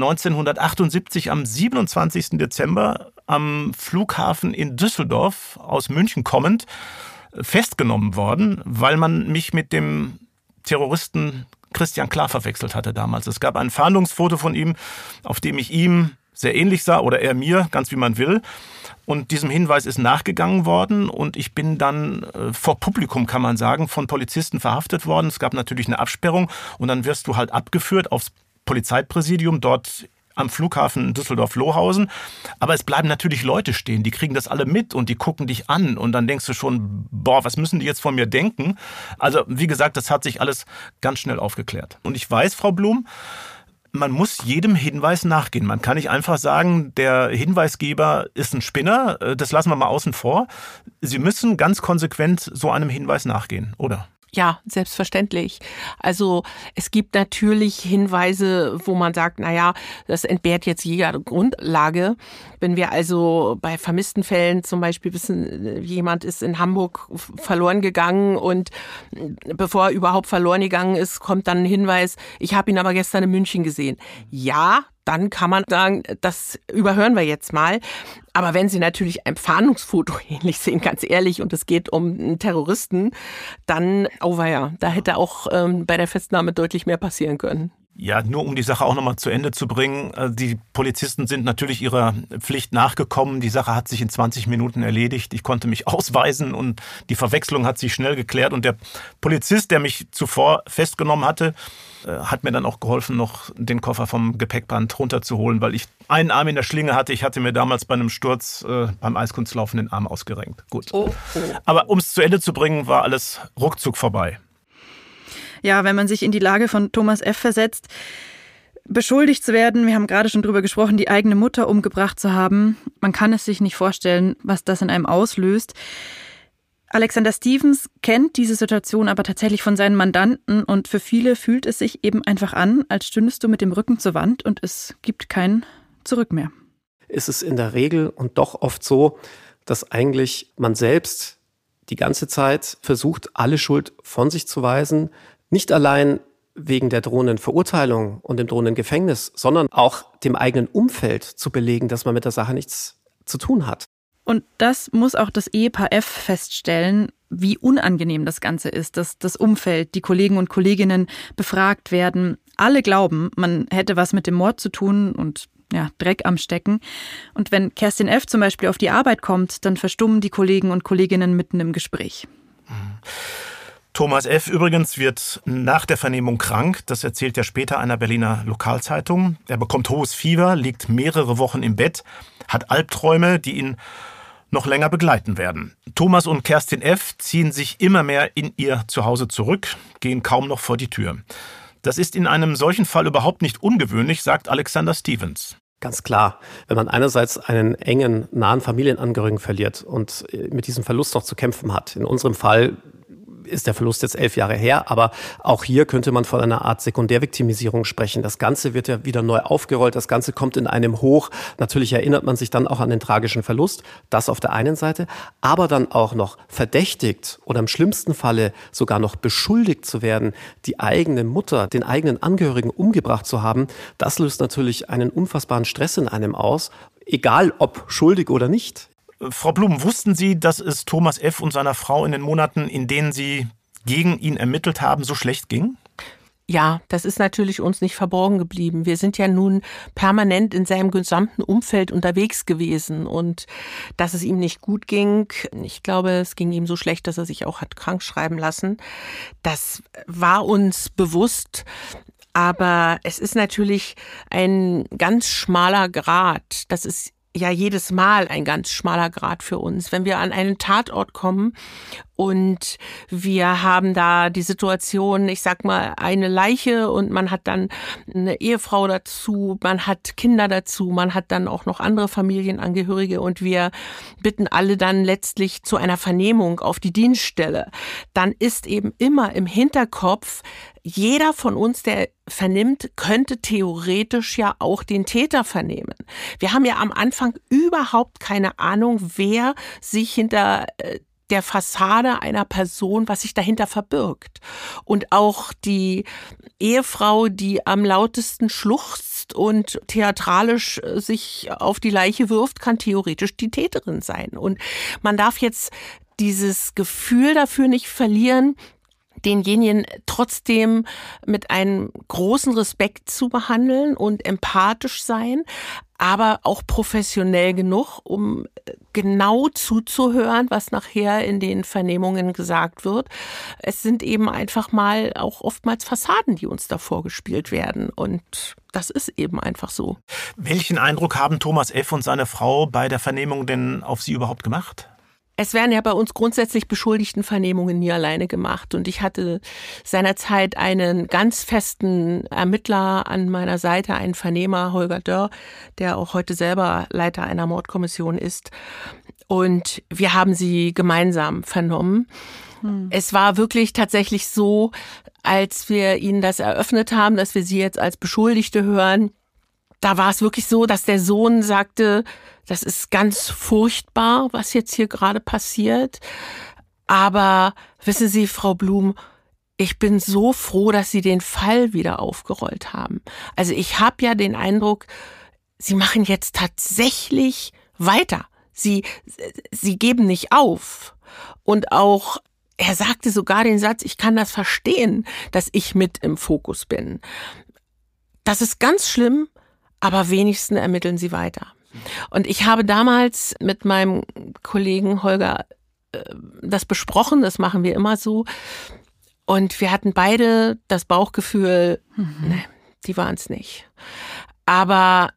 Speaker 1: 1978 am 27. Dezember am Flughafen in Düsseldorf aus München kommend festgenommen worden, weil man mich mit dem Terroristen Christian Klar verwechselt hatte damals. Es gab ein Fahndungsfoto von ihm, auf dem ich ihm sehr ähnlich sah oder er mir, ganz wie man will. Und diesem Hinweis ist nachgegangen worden und ich bin dann vor Publikum, kann man sagen, von Polizisten verhaftet worden. Es gab natürlich eine Absperrung und dann wirst du halt abgeführt aufs Polizeipräsidium dort am Flughafen Düsseldorf-Lohausen. Aber es bleiben natürlich Leute stehen, die kriegen das alle mit und die gucken dich an und dann denkst du schon, boah, was müssen die jetzt von mir denken? Also wie gesagt, das hat sich alles ganz schnell aufgeklärt. Und ich weiß, Frau Blum, man muss jedem Hinweis nachgehen. Man kann nicht einfach sagen, der Hinweisgeber ist ein Spinner, das lassen wir mal außen vor. Sie müssen ganz konsequent so einem Hinweis nachgehen, oder?
Speaker 3: Ja, selbstverständlich. Also es gibt natürlich Hinweise, wo man sagt, naja, das entbehrt jetzt jeder Grundlage. Wenn wir also bei vermissten Fällen zum Beispiel wissen, jemand ist in Hamburg verloren gegangen und bevor er überhaupt verloren gegangen ist, kommt dann ein Hinweis, ich habe ihn aber gestern in München gesehen. Ja, dann kann man sagen, das überhören wir jetzt mal. Aber wenn Sie natürlich ein Fahndungsfoto ähnlich sehen, ganz ehrlich, und es geht um einen Terroristen, dann, oh weia, da hätte auch bei der Festnahme deutlich mehr passieren können.
Speaker 1: Ja, nur um die Sache auch nochmal zu Ende zu bringen. Die Polizisten sind natürlich ihrer Pflicht nachgekommen. Die Sache hat sich in 20 Minuten erledigt. Ich konnte mich ausweisen und die Verwechslung hat sich schnell geklärt. Und der Polizist, der mich zuvor festgenommen hatte, hat mir dann auch geholfen, noch den Koffer vom Gepäckband runterzuholen, weil ich einen Arm in der Schlinge hatte. Ich hatte mir damals bei einem Sturz beim Eiskunstlaufen den Arm ausgerenkt. Gut. Aber um es zu Ende zu bringen, war alles ruckzuck vorbei.
Speaker 2: Ja, wenn man sich in die Lage von Thomas F. versetzt, beschuldigt zu werden, wir haben gerade schon drüber gesprochen, die eigene Mutter umgebracht zu haben, man kann es sich nicht vorstellen, was das in einem auslöst. Alexander Stevens kennt diese Situation aber tatsächlich von seinen Mandanten und für viele fühlt es sich eben einfach an, als stündest du mit dem Rücken zur Wand und es gibt kein Zurück mehr.
Speaker 10: Ist es in der Regel und doch oft so, dass eigentlich man selbst die ganze Zeit versucht, alle Schuld von sich zu weisen, nicht allein wegen der drohenden Verurteilung und dem drohenden Gefängnis, sondern auch dem eigenen Umfeld zu belegen, dass man mit der Sache nichts zu tun hat.
Speaker 2: Und das muss auch das Ehepaar F. feststellen, wie unangenehm das Ganze ist, dass das Umfeld, die Kollegen und Kolleginnen befragt werden. Alle glauben, man hätte was mit dem Mord zu tun und ja, Dreck am Stecken. Und wenn Kerstin F. zum Beispiel auf die Arbeit kommt, dann verstummen die Kollegen und Kolleginnen mitten im Gespräch.
Speaker 1: Thomas F. übrigens wird nach der Vernehmung krank. Das erzählt er später einer Berliner Lokalzeitung. Er bekommt hohes Fieber, liegt mehrere Wochen im Bett, hat Albträume, die ihn noch länger begleiten werden. Thomas und Kerstin F. ziehen sich immer mehr in ihr Zuhause zurück, gehen kaum noch vor die Tür. Das ist in einem solchen Fall überhaupt nicht ungewöhnlich, sagt Alexander Stevens.
Speaker 10: Ganz klar, wenn man einerseits einen engen, nahen Familienangehörigen verliert und mit diesem Verlust noch zu kämpfen hat. In unserem Fall ist der Verlust jetzt 11 Jahre her, aber auch hier könnte man von einer Art Sekundärviktimisierung sprechen. Das Ganze wird ja wieder neu aufgerollt, das Ganze kommt in einem hoch. Natürlich erinnert man sich dann auch an den tragischen Verlust, das auf der einen Seite, aber dann auch noch verdächtigt oder im schlimmsten Falle sogar noch beschuldigt zu werden, die eigene Mutter, den eigenen Angehörigen umgebracht zu haben. Das löst natürlich einen unfassbaren Stress in einem aus, egal ob schuldig oder nicht.
Speaker 1: Frau Blum, wussten Sie, dass es Thomas F. und seiner Frau in den Monaten, in denen Sie gegen ihn ermittelt haben, so schlecht ging?
Speaker 3: Ja, das ist natürlich uns nicht verborgen geblieben. Wir sind ja nun permanent in seinem gesamten Umfeld unterwegs gewesen und dass es ihm nicht gut ging, ich glaube, es ging ihm so schlecht, dass er sich auch hat krank schreiben lassen. Das war uns bewusst. Aber es ist natürlich ein ganz schmaler Grat. Das ist ja jedes Mal ein ganz schmaler Grat für uns. Wenn wir an einen Tatort kommen Und wir haben da die Situation, ich sag mal, eine Leiche und man hat dann eine Ehefrau dazu, man hat Kinder dazu, man hat dann auch noch andere Familienangehörige und wir bitten alle dann letztlich zu einer Vernehmung auf die Dienststelle. Dann ist eben immer im Hinterkopf, jeder von uns, der vernimmt, könnte theoretisch ja auch den Täter vernehmen. Wir haben ja am Anfang überhaupt keine Ahnung, wer sich hinter der Fassade einer Person, was sich dahinter verbirgt. Und auch die Ehefrau, die am lautesten schluchzt und theatralisch sich auf die Leiche wirft, kann theoretisch die Täterin sein. Und man darf jetzt dieses Gefühl dafür nicht verlieren, denjenigen trotzdem mit einem großen Respekt zu behandeln und empathisch sein, aber auch professionell genug, um genau zuzuhören, was nachher in den Vernehmungen gesagt wird. Es sind eben einfach mal auch oftmals Fassaden, die uns da vorgespielt werden und das ist eben einfach so.
Speaker 1: Welchen Eindruck haben Thomas F. und seine Frau bei der Vernehmung denn auf Sie überhaupt gemacht?
Speaker 3: Es werden ja bei uns grundsätzlich Beschuldigtenvernehmungen nie alleine gemacht. Und ich hatte seinerzeit einen ganz festen Ermittler an meiner Seite, einen Vernehmer, Holger Dörr, der auch heute selber Leiter einer Mordkommission ist. Und wir haben sie gemeinsam vernommen. Es war wirklich tatsächlich so, als wir ihnen das eröffnet haben, dass wir sie jetzt als Beschuldigte hören. Da war es wirklich so, dass der Sohn sagte, das ist ganz furchtbar, was jetzt hier gerade passiert. Aber wissen Sie, Frau Blum, ich bin so froh, dass Sie den Fall wieder aufgerollt haben. Also ich habe ja den Eindruck, Sie machen jetzt tatsächlich weiter. Sie geben nicht auf. Und auch, er sagte sogar den Satz, ich kann das verstehen, dass ich mit im Fokus bin. Das ist ganz schlimm, aber wenigstens ermitteln Sie weiter. Und ich habe damals mit meinem Kollegen Holger das besprochen, das machen wir immer so. Und wir hatten beide das Bauchgefühl, nee, die waren es nicht. Aber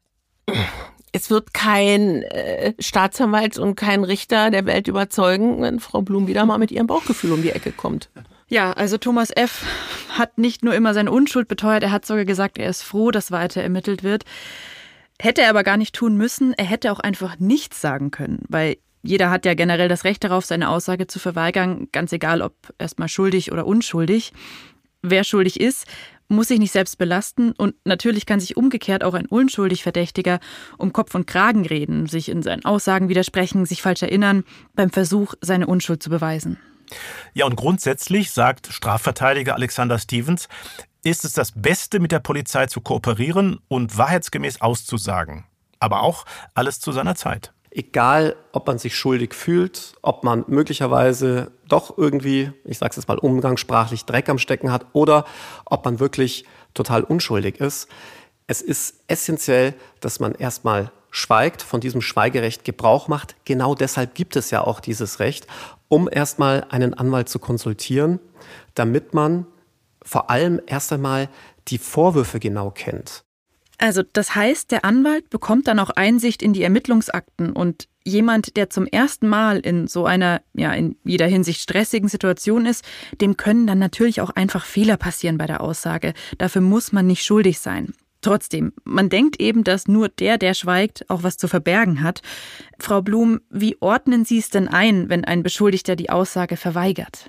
Speaker 3: es wird kein Staatsanwalt und kein Richter der Welt überzeugen, wenn Frau Blum wieder mal mit ihrem Bauchgefühl um die Ecke kommt.
Speaker 2: Ja, also Thomas F. hat nicht nur immer seine Unschuld beteuert, er hat sogar gesagt, er ist froh, dass weiter ermittelt wird. Hätte er aber gar nicht tun müssen, er hätte auch einfach nichts sagen können, weil jeder hat ja generell das Recht darauf, seine Aussage zu verweigern, ganz egal, ob erstmal schuldig oder unschuldig. Wer schuldig ist, muss sich nicht selbst belasten und natürlich kann sich umgekehrt auch ein unschuldig Verdächtiger um Kopf und Kragen reden, sich in seinen Aussagen widersprechen, sich falsch erinnern, beim Versuch, seine Unschuld zu beweisen.
Speaker 1: Ja, und grundsätzlich, sagt Strafverteidiger Alexander Stevens, ist es das Beste, mit der Polizei zu kooperieren und wahrheitsgemäß auszusagen. Aber auch alles zu seiner Zeit.
Speaker 10: Egal, ob man sich schuldig fühlt, ob man möglicherweise doch irgendwie, ich sage es jetzt mal umgangssprachlich, Dreck am Stecken hat oder ob man wirklich total unschuldig ist. Es ist essentiell, dass man erstmal schweigt, von diesem Schweigerecht Gebrauch macht. Genau deshalb gibt es ja auch dieses Recht, um erstmal einen Anwalt zu konsultieren, damit man vor allem erst einmal die Vorwürfe genau kennt.
Speaker 2: Also das heißt, der Anwalt bekommt dann auch Einsicht in die Ermittlungsakten und jemand, der zum ersten Mal in so einer, ja, in jeder Hinsicht stressigen Situation ist, dem können dann natürlich auch einfach Fehler passieren bei der Aussage. Dafür muss man nicht schuldig sein. Trotzdem, man denkt eben, dass nur der schweigt, auch was zu verbergen hat. Frau Blum, wie ordnen Sie es denn ein, wenn ein Beschuldigter die Aussage verweigert?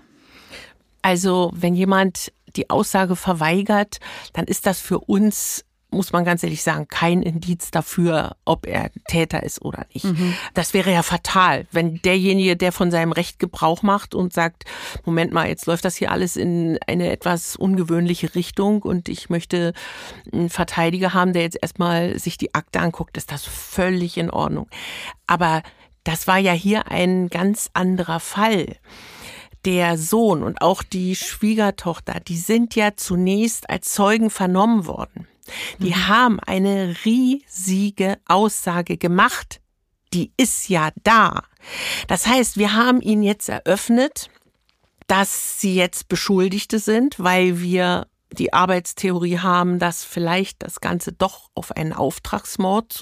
Speaker 3: Also, wenn jemand die Aussage verweigert, dann ist das für uns, muss man ganz ehrlich sagen, kein Indiz dafür, ob er Täter ist oder nicht. Das wäre ja fatal, wenn derjenige, der von seinem Recht Gebrauch macht und sagt, Moment mal, jetzt läuft das hier alles in eine etwas ungewöhnliche Richtung und ich möchte einen Verteidiger haben, der jetzt erstmal sich die Akte anguckt, ist das völlig in Ordnung. Aber das war ja hier ein ganz anderer Fall. Der Sohn und auch die Schwiegertochter, die sind ja zunächst als Zeugen vernommen worden. Die haben eine riesige Aussage gemacht. Die ist ja da. Das heißt, wir haben ihnen jetzt eröffnet, dass sie jetzt Beschuldigte sind, weil wir die Arbeitstheorie haben, dass vielleicht das Ganze doch auf einen Auftragsmord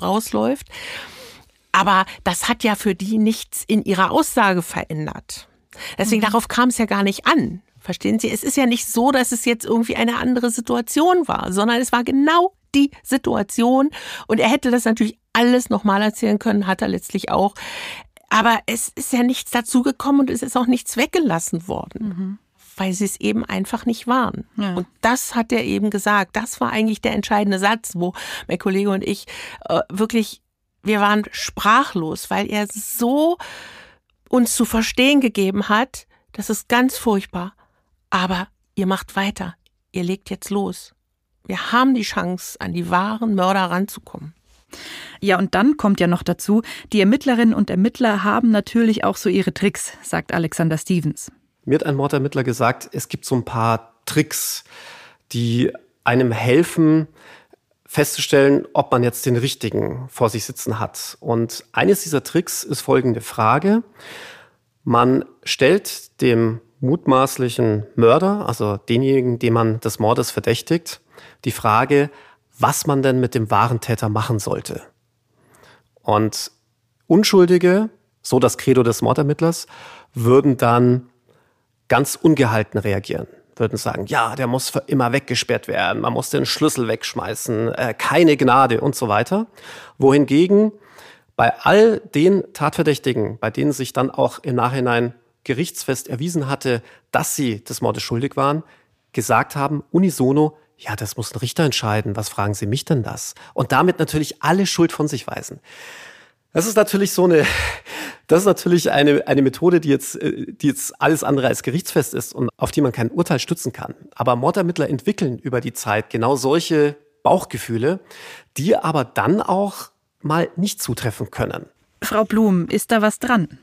Speaker 3: rausläuft. Aber das hat ja für die nichts in ihrer Aussage verändert. Deswegen darauf kam es ja gar nicht an. Verstehen Sie? Es ist ja nicht so, dass es jetzt irgendwie eine andere Situation war, sondern es war genau die Situation. Und er hätte das natürlich alles nochmal erzählen können, hat er letztlich auch. Aber es ist ja nichts dazugekommen und es ist auch nichts weggelassen worden, weil sie es eben einfach nicht waren. Ja. Und das hat er eben gesagt. Das war eigentlich der entscheidende Satz, wo mein Kollege und ich wirklich, wir waren sprachlos, weil er so uns zu verstehen gegeben hat, das ist ganz furchtbar. Aber ihr macht weiter. Ihr legt jetzt los. Wir haben die Chance, an die wahren Mörder ranzukommen.
Speaker 2: Ja, und dann kommt ja noch dazu, die Ermittlerinnen und Ermittler haben natürlich auch so ihre Tricks, sagt Alexander Stevens.
Speaker 10: Mir hat ein Mordermittler gesagt, es gibt so ein paar Tricks, die einem helfen, festzustellen, ob man jetzt den richtigen vor sich sitzen hat. Und eines dieser Tricks ist folgende Frage. Man stellt dem mutmaßlichen Mörder, also denjenigen, den man des Mordes verdächtigt, die Frage, was man denn mit dem wahren Täter machen sollte. Und Unschuldige, so das Credo des Mordermittlers, würden dann ganz ungehalten reagieren. Würden sagen, ja, der muss für immer weggesperrt werden, man muss den Schlüssel wegschmeißen, keine Gnade und so weiter. Wohingegen bei all den Tatverdächtigen, bei denen sich dann auch im Nachhinein gerichtsfest erwiesen hatte, dass sie des Mordes schuldig waren, gesagt haben, unisono, ja, das muss ein Richter entscheiden, was fragen Sie mich denn das? Und damit natürlich alle Schuld von sich weisen. Das ist natürlich eine Methode, die jetzt alles andere als gerichtsfest ist und auf die man kein Urteil stützen kann. Aber Mordermittler entwickeln über die Zeit genau solche Bauchgefühle, die aber dann auch mal nicht zutreffen können.
Speaker 2: Frau Blum, ist da was dran?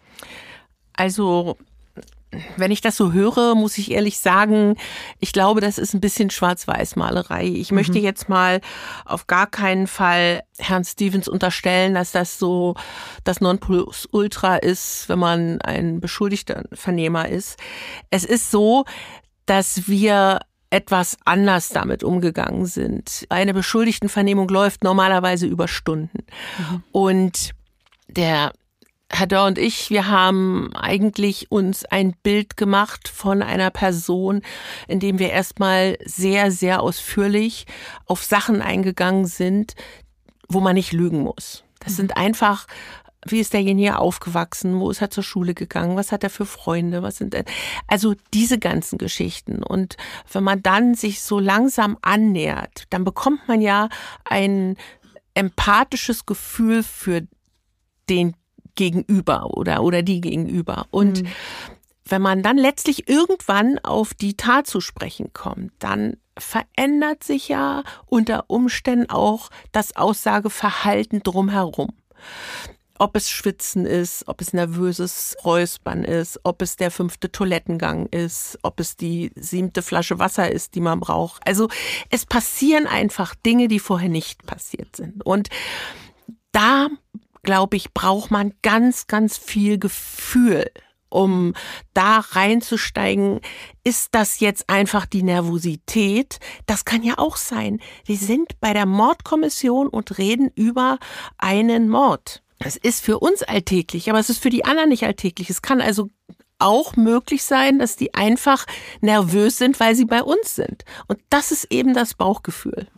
Speaker 3: Also, wenn ich das so höre, muss ich ehrlich sagen, ich glaube, das ist ein bisschen Schwarz-Weiß-Malerei. Ich möchte jetzt mal auf gar keinen Fall Herrn Stevens unterstellen, dass das so das Nonplusultra ist, wenn man ein beschuldigter Vernehmer ist. Es ist so, dass wir etwas anders damit umgegangen sind. Eine Beschuldigtenvernehmung läuft normalerweise über Stunden. Und der Herr Dörr und ich, wir haben eigentlich uns ein Bild gemacht von einer Person, in dem wir erstmal sehr, sehr ausführlich auf Sachen eingegangen sind, wo man nicht lügen muss. Das sind einfach, wie ist derjenige aufgewachsen, wo ist er zur Schule gegangen, was hat er für Freunde, also diese ganzen Geschichten. Und wenn man dann sich so langsam annähert, dann bekommt man ja ein empathisches Gefühl für den Gegenüber oder die Gegenüber. Und wenn man dann letztlich irgendwann auf die Tat zu sprechen kommt, dann verändert sich ja unter Umständen auch das Aussageverhalten drumherum. Ob es Schwitzen ist, ob es nervöses Räuspern ist, ob es der 5. Toilettengang ist, ob es die 7. Flasche Wasser ist, die man braucht. Also es passieren einfach Dinge, die vorher nicht passiert sind. Und da glaube ich, braucht man ganz, ganz viel Gefühl, um da reinzusteigen. Ist das jetzt einfach die Nervosität? Das kann ja auch sein. Wir sind bei der Mordkommission und reden über einen Mord. Das ist für uns alltäglich, aber es ist für die anderen nicht alltäglich. Es kann also auch möglich sein, dass die einfach nervös sind, weil sie bei uns sind. Und das ist eben das Bauchgefühl.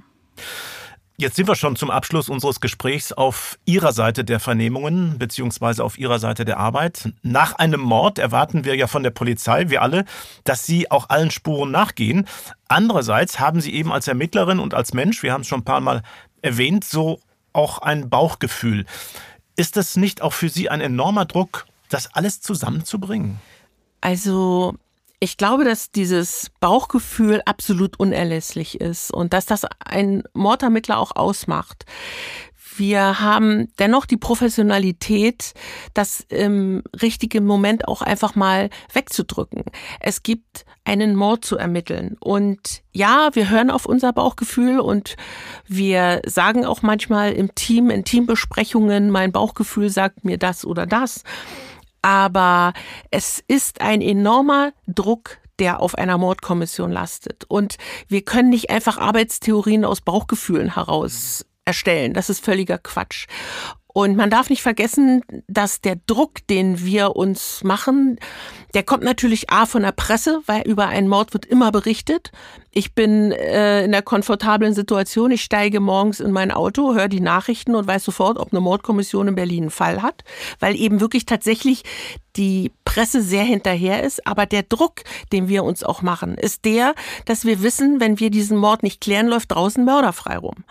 Speaker 1: Jetzt sind wir schon zum Abschluss unseres Gesprächs auf Ihrer Seite der Vernehmungen beziehungsweise auf Ihrer Seite der Arbeit. Nach einem Mord erwarten wir ja von der Polizei, wir alle, dass sie auch allen Spuren nachgehen. Andererseits haben Sie eben als Ermittlerin und als Mensch, wir haben es schon ein paar Mal erwähnt, so auch ein Bauchgefühl. Ist das nicht auch für Sie ein enormer Druck, das alles zusammenzubringen?
Speaker 3: Also ich glaube, dass dieses Bauchgefühl absolut unerlässlich ist und dass das ein Mordermittler auch ausmacht. Wir haben dennoch die Professionalität, das im richtigen Moment auch einfach mal wegzudrücken. Es gibt einen Mord zu ermitteln. Und ja, wir hören auf unser Bauchgefühl und wir sagen auch manchmal im Team, in Teambesprechungen, mein Bauchgefühl sagt mir das oder das. Aber es ist ein enormer Druck, der auf einer Mordkommission lastet. Und wir können nicht einfach Arbeitstheorien aus Bauchgefühlen heraus erstellen. Das ist völliger Quatsch. Und man darf nicht vergessen, dass der Druck, den wir uns machen, der kommt natürlich von der Presse, weil über einen Mord wird immer berichtet. Ich bin in der komfortablen Situation, ich steige morgens in mein Auto, höre die Nachrichten und weiß sofort, ob eine Mordkommission in Berlin einen Fall hat, weil eben wirklich tatsächlich die Presse sehr hinterher ist. Aber der Druck, den wir uns auch machen, ist der, dass wir wissen, wenn wir diesen Mord nicht klären, läuft draußen mörderfrei rum.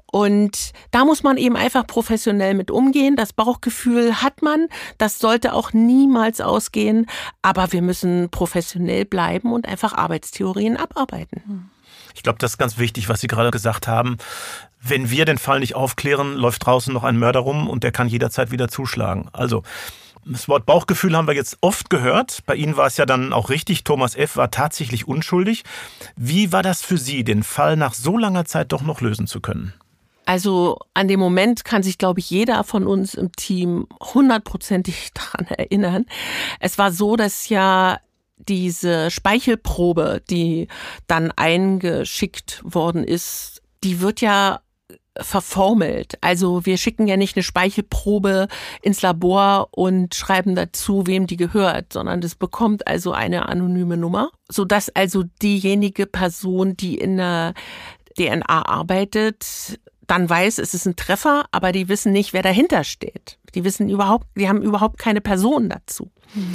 Speaker 3: Und da muss man eben einfach professionell mit umgehen. Das Bauchgefühl hat man, das sollte auch niemals ausgehen. Aber wir müssen professionell bleiben und einfach Arbeitstheorien abarbeiten.
Speaker 1: Ich glaube, das ist ganz wichtig, was Sie gerade gesagt haben. Wenn wir den Fall nicht aufklären, läuft draußen noch ein Mörder rum und der kann jederzeit wieder zuschlagen. Also das Wort Bauchgefühl haben wir jetzt oft gehört. Bei Ihnen war es ja dann auch richtig. Thomas F. war tatsächlich unschuldig. Wie war das für Sie, den Fall nach so langer Zeit doch noch lösen zu können?
Speaker 3: Also an dem Moment kann sich, glaube ich, jeder von uns im Team 100%ig daran erinnern. Es war so, dass ja diese Speichelprobe, die dann eingeschickt worden ist, die wird ja verformelt. Also wir schicken ja nicht eine Speichelprobe ins Labor und schreiben dazu, wem die gehört, sondern das bekommt also eine anonyme Nummer, sodass also diejenige Person, die in der DNA arbeitet, dann weiß, es ist ein Treffer, aber die wissen nicht, wer dahinter steht. Die haben überhaupt keine Person dazu.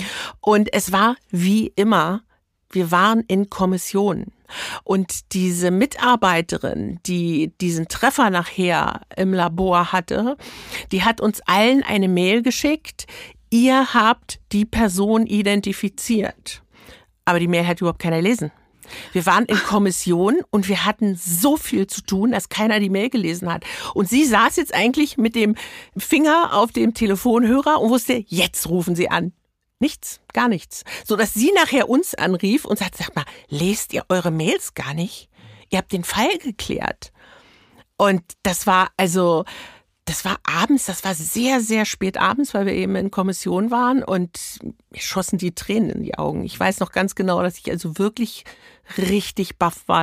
Speaker 3: Und es war wie immer, wir waren in Kommission. Und diese Mitarbeiterin, die diesen Treffer nachher im Labor hatte, die hat uns allen eine Mail geschickt, ihr habt die Person identifiziert. Aber die Mail hat überhaupt keiner gelesen. Wir waren in Kommission und wir hatten so viel zu tun, dass keiner die Mail gelesen hat. Und sie saß jetzt eigentlich mit dem Finger auf dem Telefonhörer und wusste, jetzt rufen sie an. Nichts, gar nichts. So dass sie nachher uns anrief und sagte, sag mal, lest ihr eure Mails gar nicht? Ihr habt den Fall geklärt. Und das war abends, das war sehr, sehr spät abends, weil wir eben in Kommission waren und mir schossen die Tränen in die Augen. Ich weiß noch ganz genau, dass ich also wirklich richtig baff war.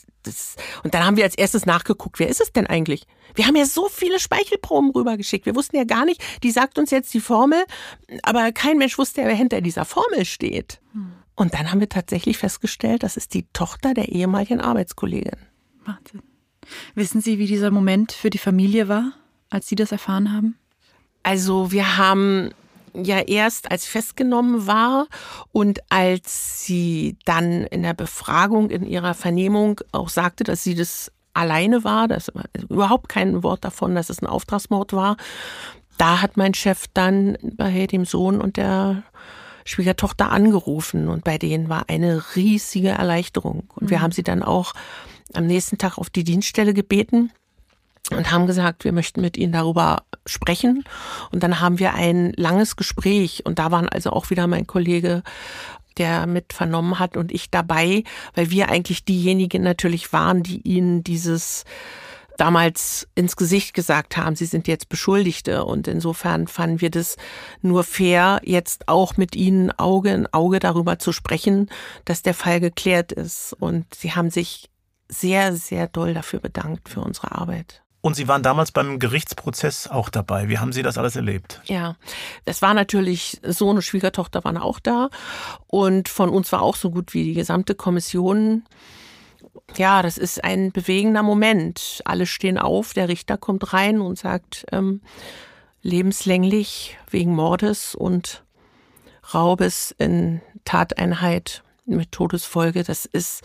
Speaker 3: Und dann haben wir als erstes nachgeguckt, wer ist es denn eigentlich? Wir haben ja so viele Speichelproben rübergeschickt. Wir wussten ja gar nicht, die sagt uns jetzt die Formel, aber kein Mensch wusste ja, wer hinter dieser Formel steht. Und dann haben wir tatsächlich festgestellt, das ist die Tochter der ehemaligen Arbeitskollegin.
Speaker 2: Wahnsinn. Wissen Sie, wie dieser Moment für die Familie war, als Sie das erfahren haben?
Speaker 3: Also wir haben ja erst, als festgenommen war und als sie dann in der Befragung, in ihrer Vernehmung auch sagte, dass sie das alleine war, das war überhaupt kein Wort davon, dass es ein Auftragsmord war, da hat mein Chef dann bei dem Sohn und der Schwiegertochter angerufen und bei denen war eine riesige Erleichterung. Und wir haben sie dann auch am nächsten Tag auf die Dienststelle gebeten und haben gesagt, wir möchten mit Ihnen darüber sprechen. Und dann haben wir ein langes Gespräch. Und da waren also auch wieder mein Kollege, der mit vernommen hat, und ich dabei, weil wir eigentlich diejenigen natürlich waren, die ihnen dieses damals ins Gesicht gesagt haben, sie sind jetzt Beschuldigte. Und insofern fanden wir das nur fair, jetzt auch mit ihnen Auge in Auge darüber zu sprechen, dass der Fall geklärt ist. Und sie haben sich sehr, sehr doll dafür bedankt, für unsere Arbeit.
Speaker 1: Und Sie waren damals beim Gerichtsprozess auch dabei. Wie haben Sie das alles erlebt?
Speaker 3: Ja, es war natürlich, Sohn und Schwiegertochter waren auch da. Und von uns war auch so gut wie die gesamte Kommission. Ja, das ist ein bewegender Moment. Alle stehen auf, der Richter kommt rein und sagt, lebenslänglich wegen Mordes und Raubes in Tateinheit mit Todesfolge. Das ist,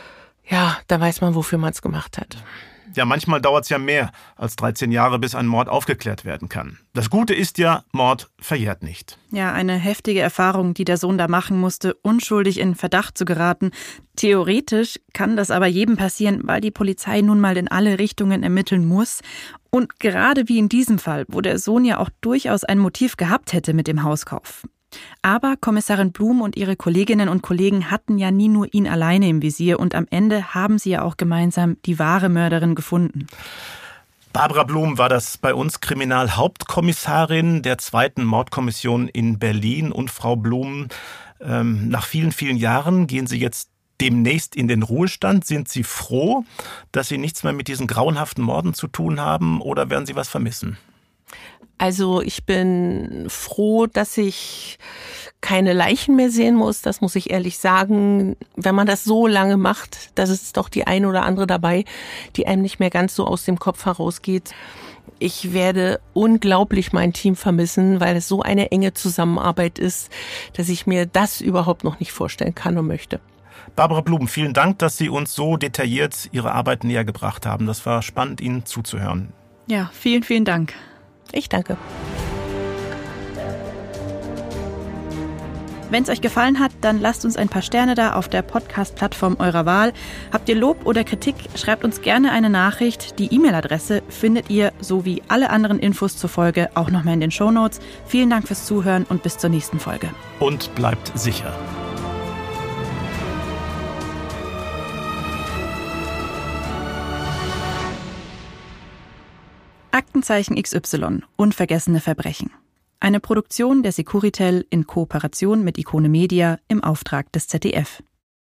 Speaker 3: ja, da weiß man, wofür man es gemacht hat.
Speaker 1: Ja, manchmal dauert es ja mehr als 13 Jahre, bis ein Mord aufgeklärt werden kann. Das Gute ist ja, Mord verjährt nicht.
Speaker 2: Ja, eine heftige Erfahrung, die der Sohn da machen musste, unschuldig in Verdacht zu geraten. Theoretisch kann das aber jedem passieren, weil die Polizei nun mal in alle Richtungen ermitteln muss. Und gerade wie in diesem Fall, wo der Sohn ja auch durchaus ein Motiv gehabt hätte mit dem Hauskauf. Aber Kommissarin Blum und ihre Kolleginnen und Kollegen hatten ja nie nur ihn alleine im Visier und am Ende haben sie ja auch gemeinsam die wahre Mörderin gefunden.
Speaker 1: Barbara Blum war das bei uns Kriminalhauptkommissarin der 2. Mordkommission in Berlin. Und Frau Blum, nach vielen, vielen Jahren gehen Sie jetzt demnächst in den Ruhestand. Sind Sie froh, dass Sie nichts mehr mit diesen grauenhaften Morden zu tun haben, oder werden Sie was vermissen?
Speaker 3: Also ich bin froh, dass ich keine Leichen mehr sehen muss, das muss ich ehrlich sagen. Wenn man das so lange macht, da ist doch die eine oder andere dabei, die einem nicht mehr ganz so aus dem Kopf herausgeht. Ich werde unglaublich mein Team vermissen, weil es so eine enge Zusammenarbeit ist, dass ich mir das überhaupt noch nicht vorstellen kann und möchte.
Speaker 1: Barbara Blum, vielen Dank, dass Sie uns so detailliert Ihre Arbeit näher gebracht haben. Das war spannend, Ihnen zuzuhören.
Speaker 2: Ja, vielen, vielen Dank.
Speaker 3: Ich danke.
Speaker 2: Wenn es euch gefallen hat, dann lasst uns ein paar Sterne da auf der Podcast-Plattform eurer Wahl. Habt ihr Lob oder Kritik, schreibt uns gerne eine Nachricht. Die E-Mail-Adresse findet ihr sowie alle anderen Infos zur Folge auch nochmal in den Shownotes. Vielen Dank fürs Zuhören und bis zur nächsten Folge.
Speaker 1: Und bleibt sicher.
Speaker 2: Aktenzeichen XY – Unvergessene Verbrechen. Eine Produktion der Securitel in Kooperation mit Ikone Media im Auftrag des ZDF.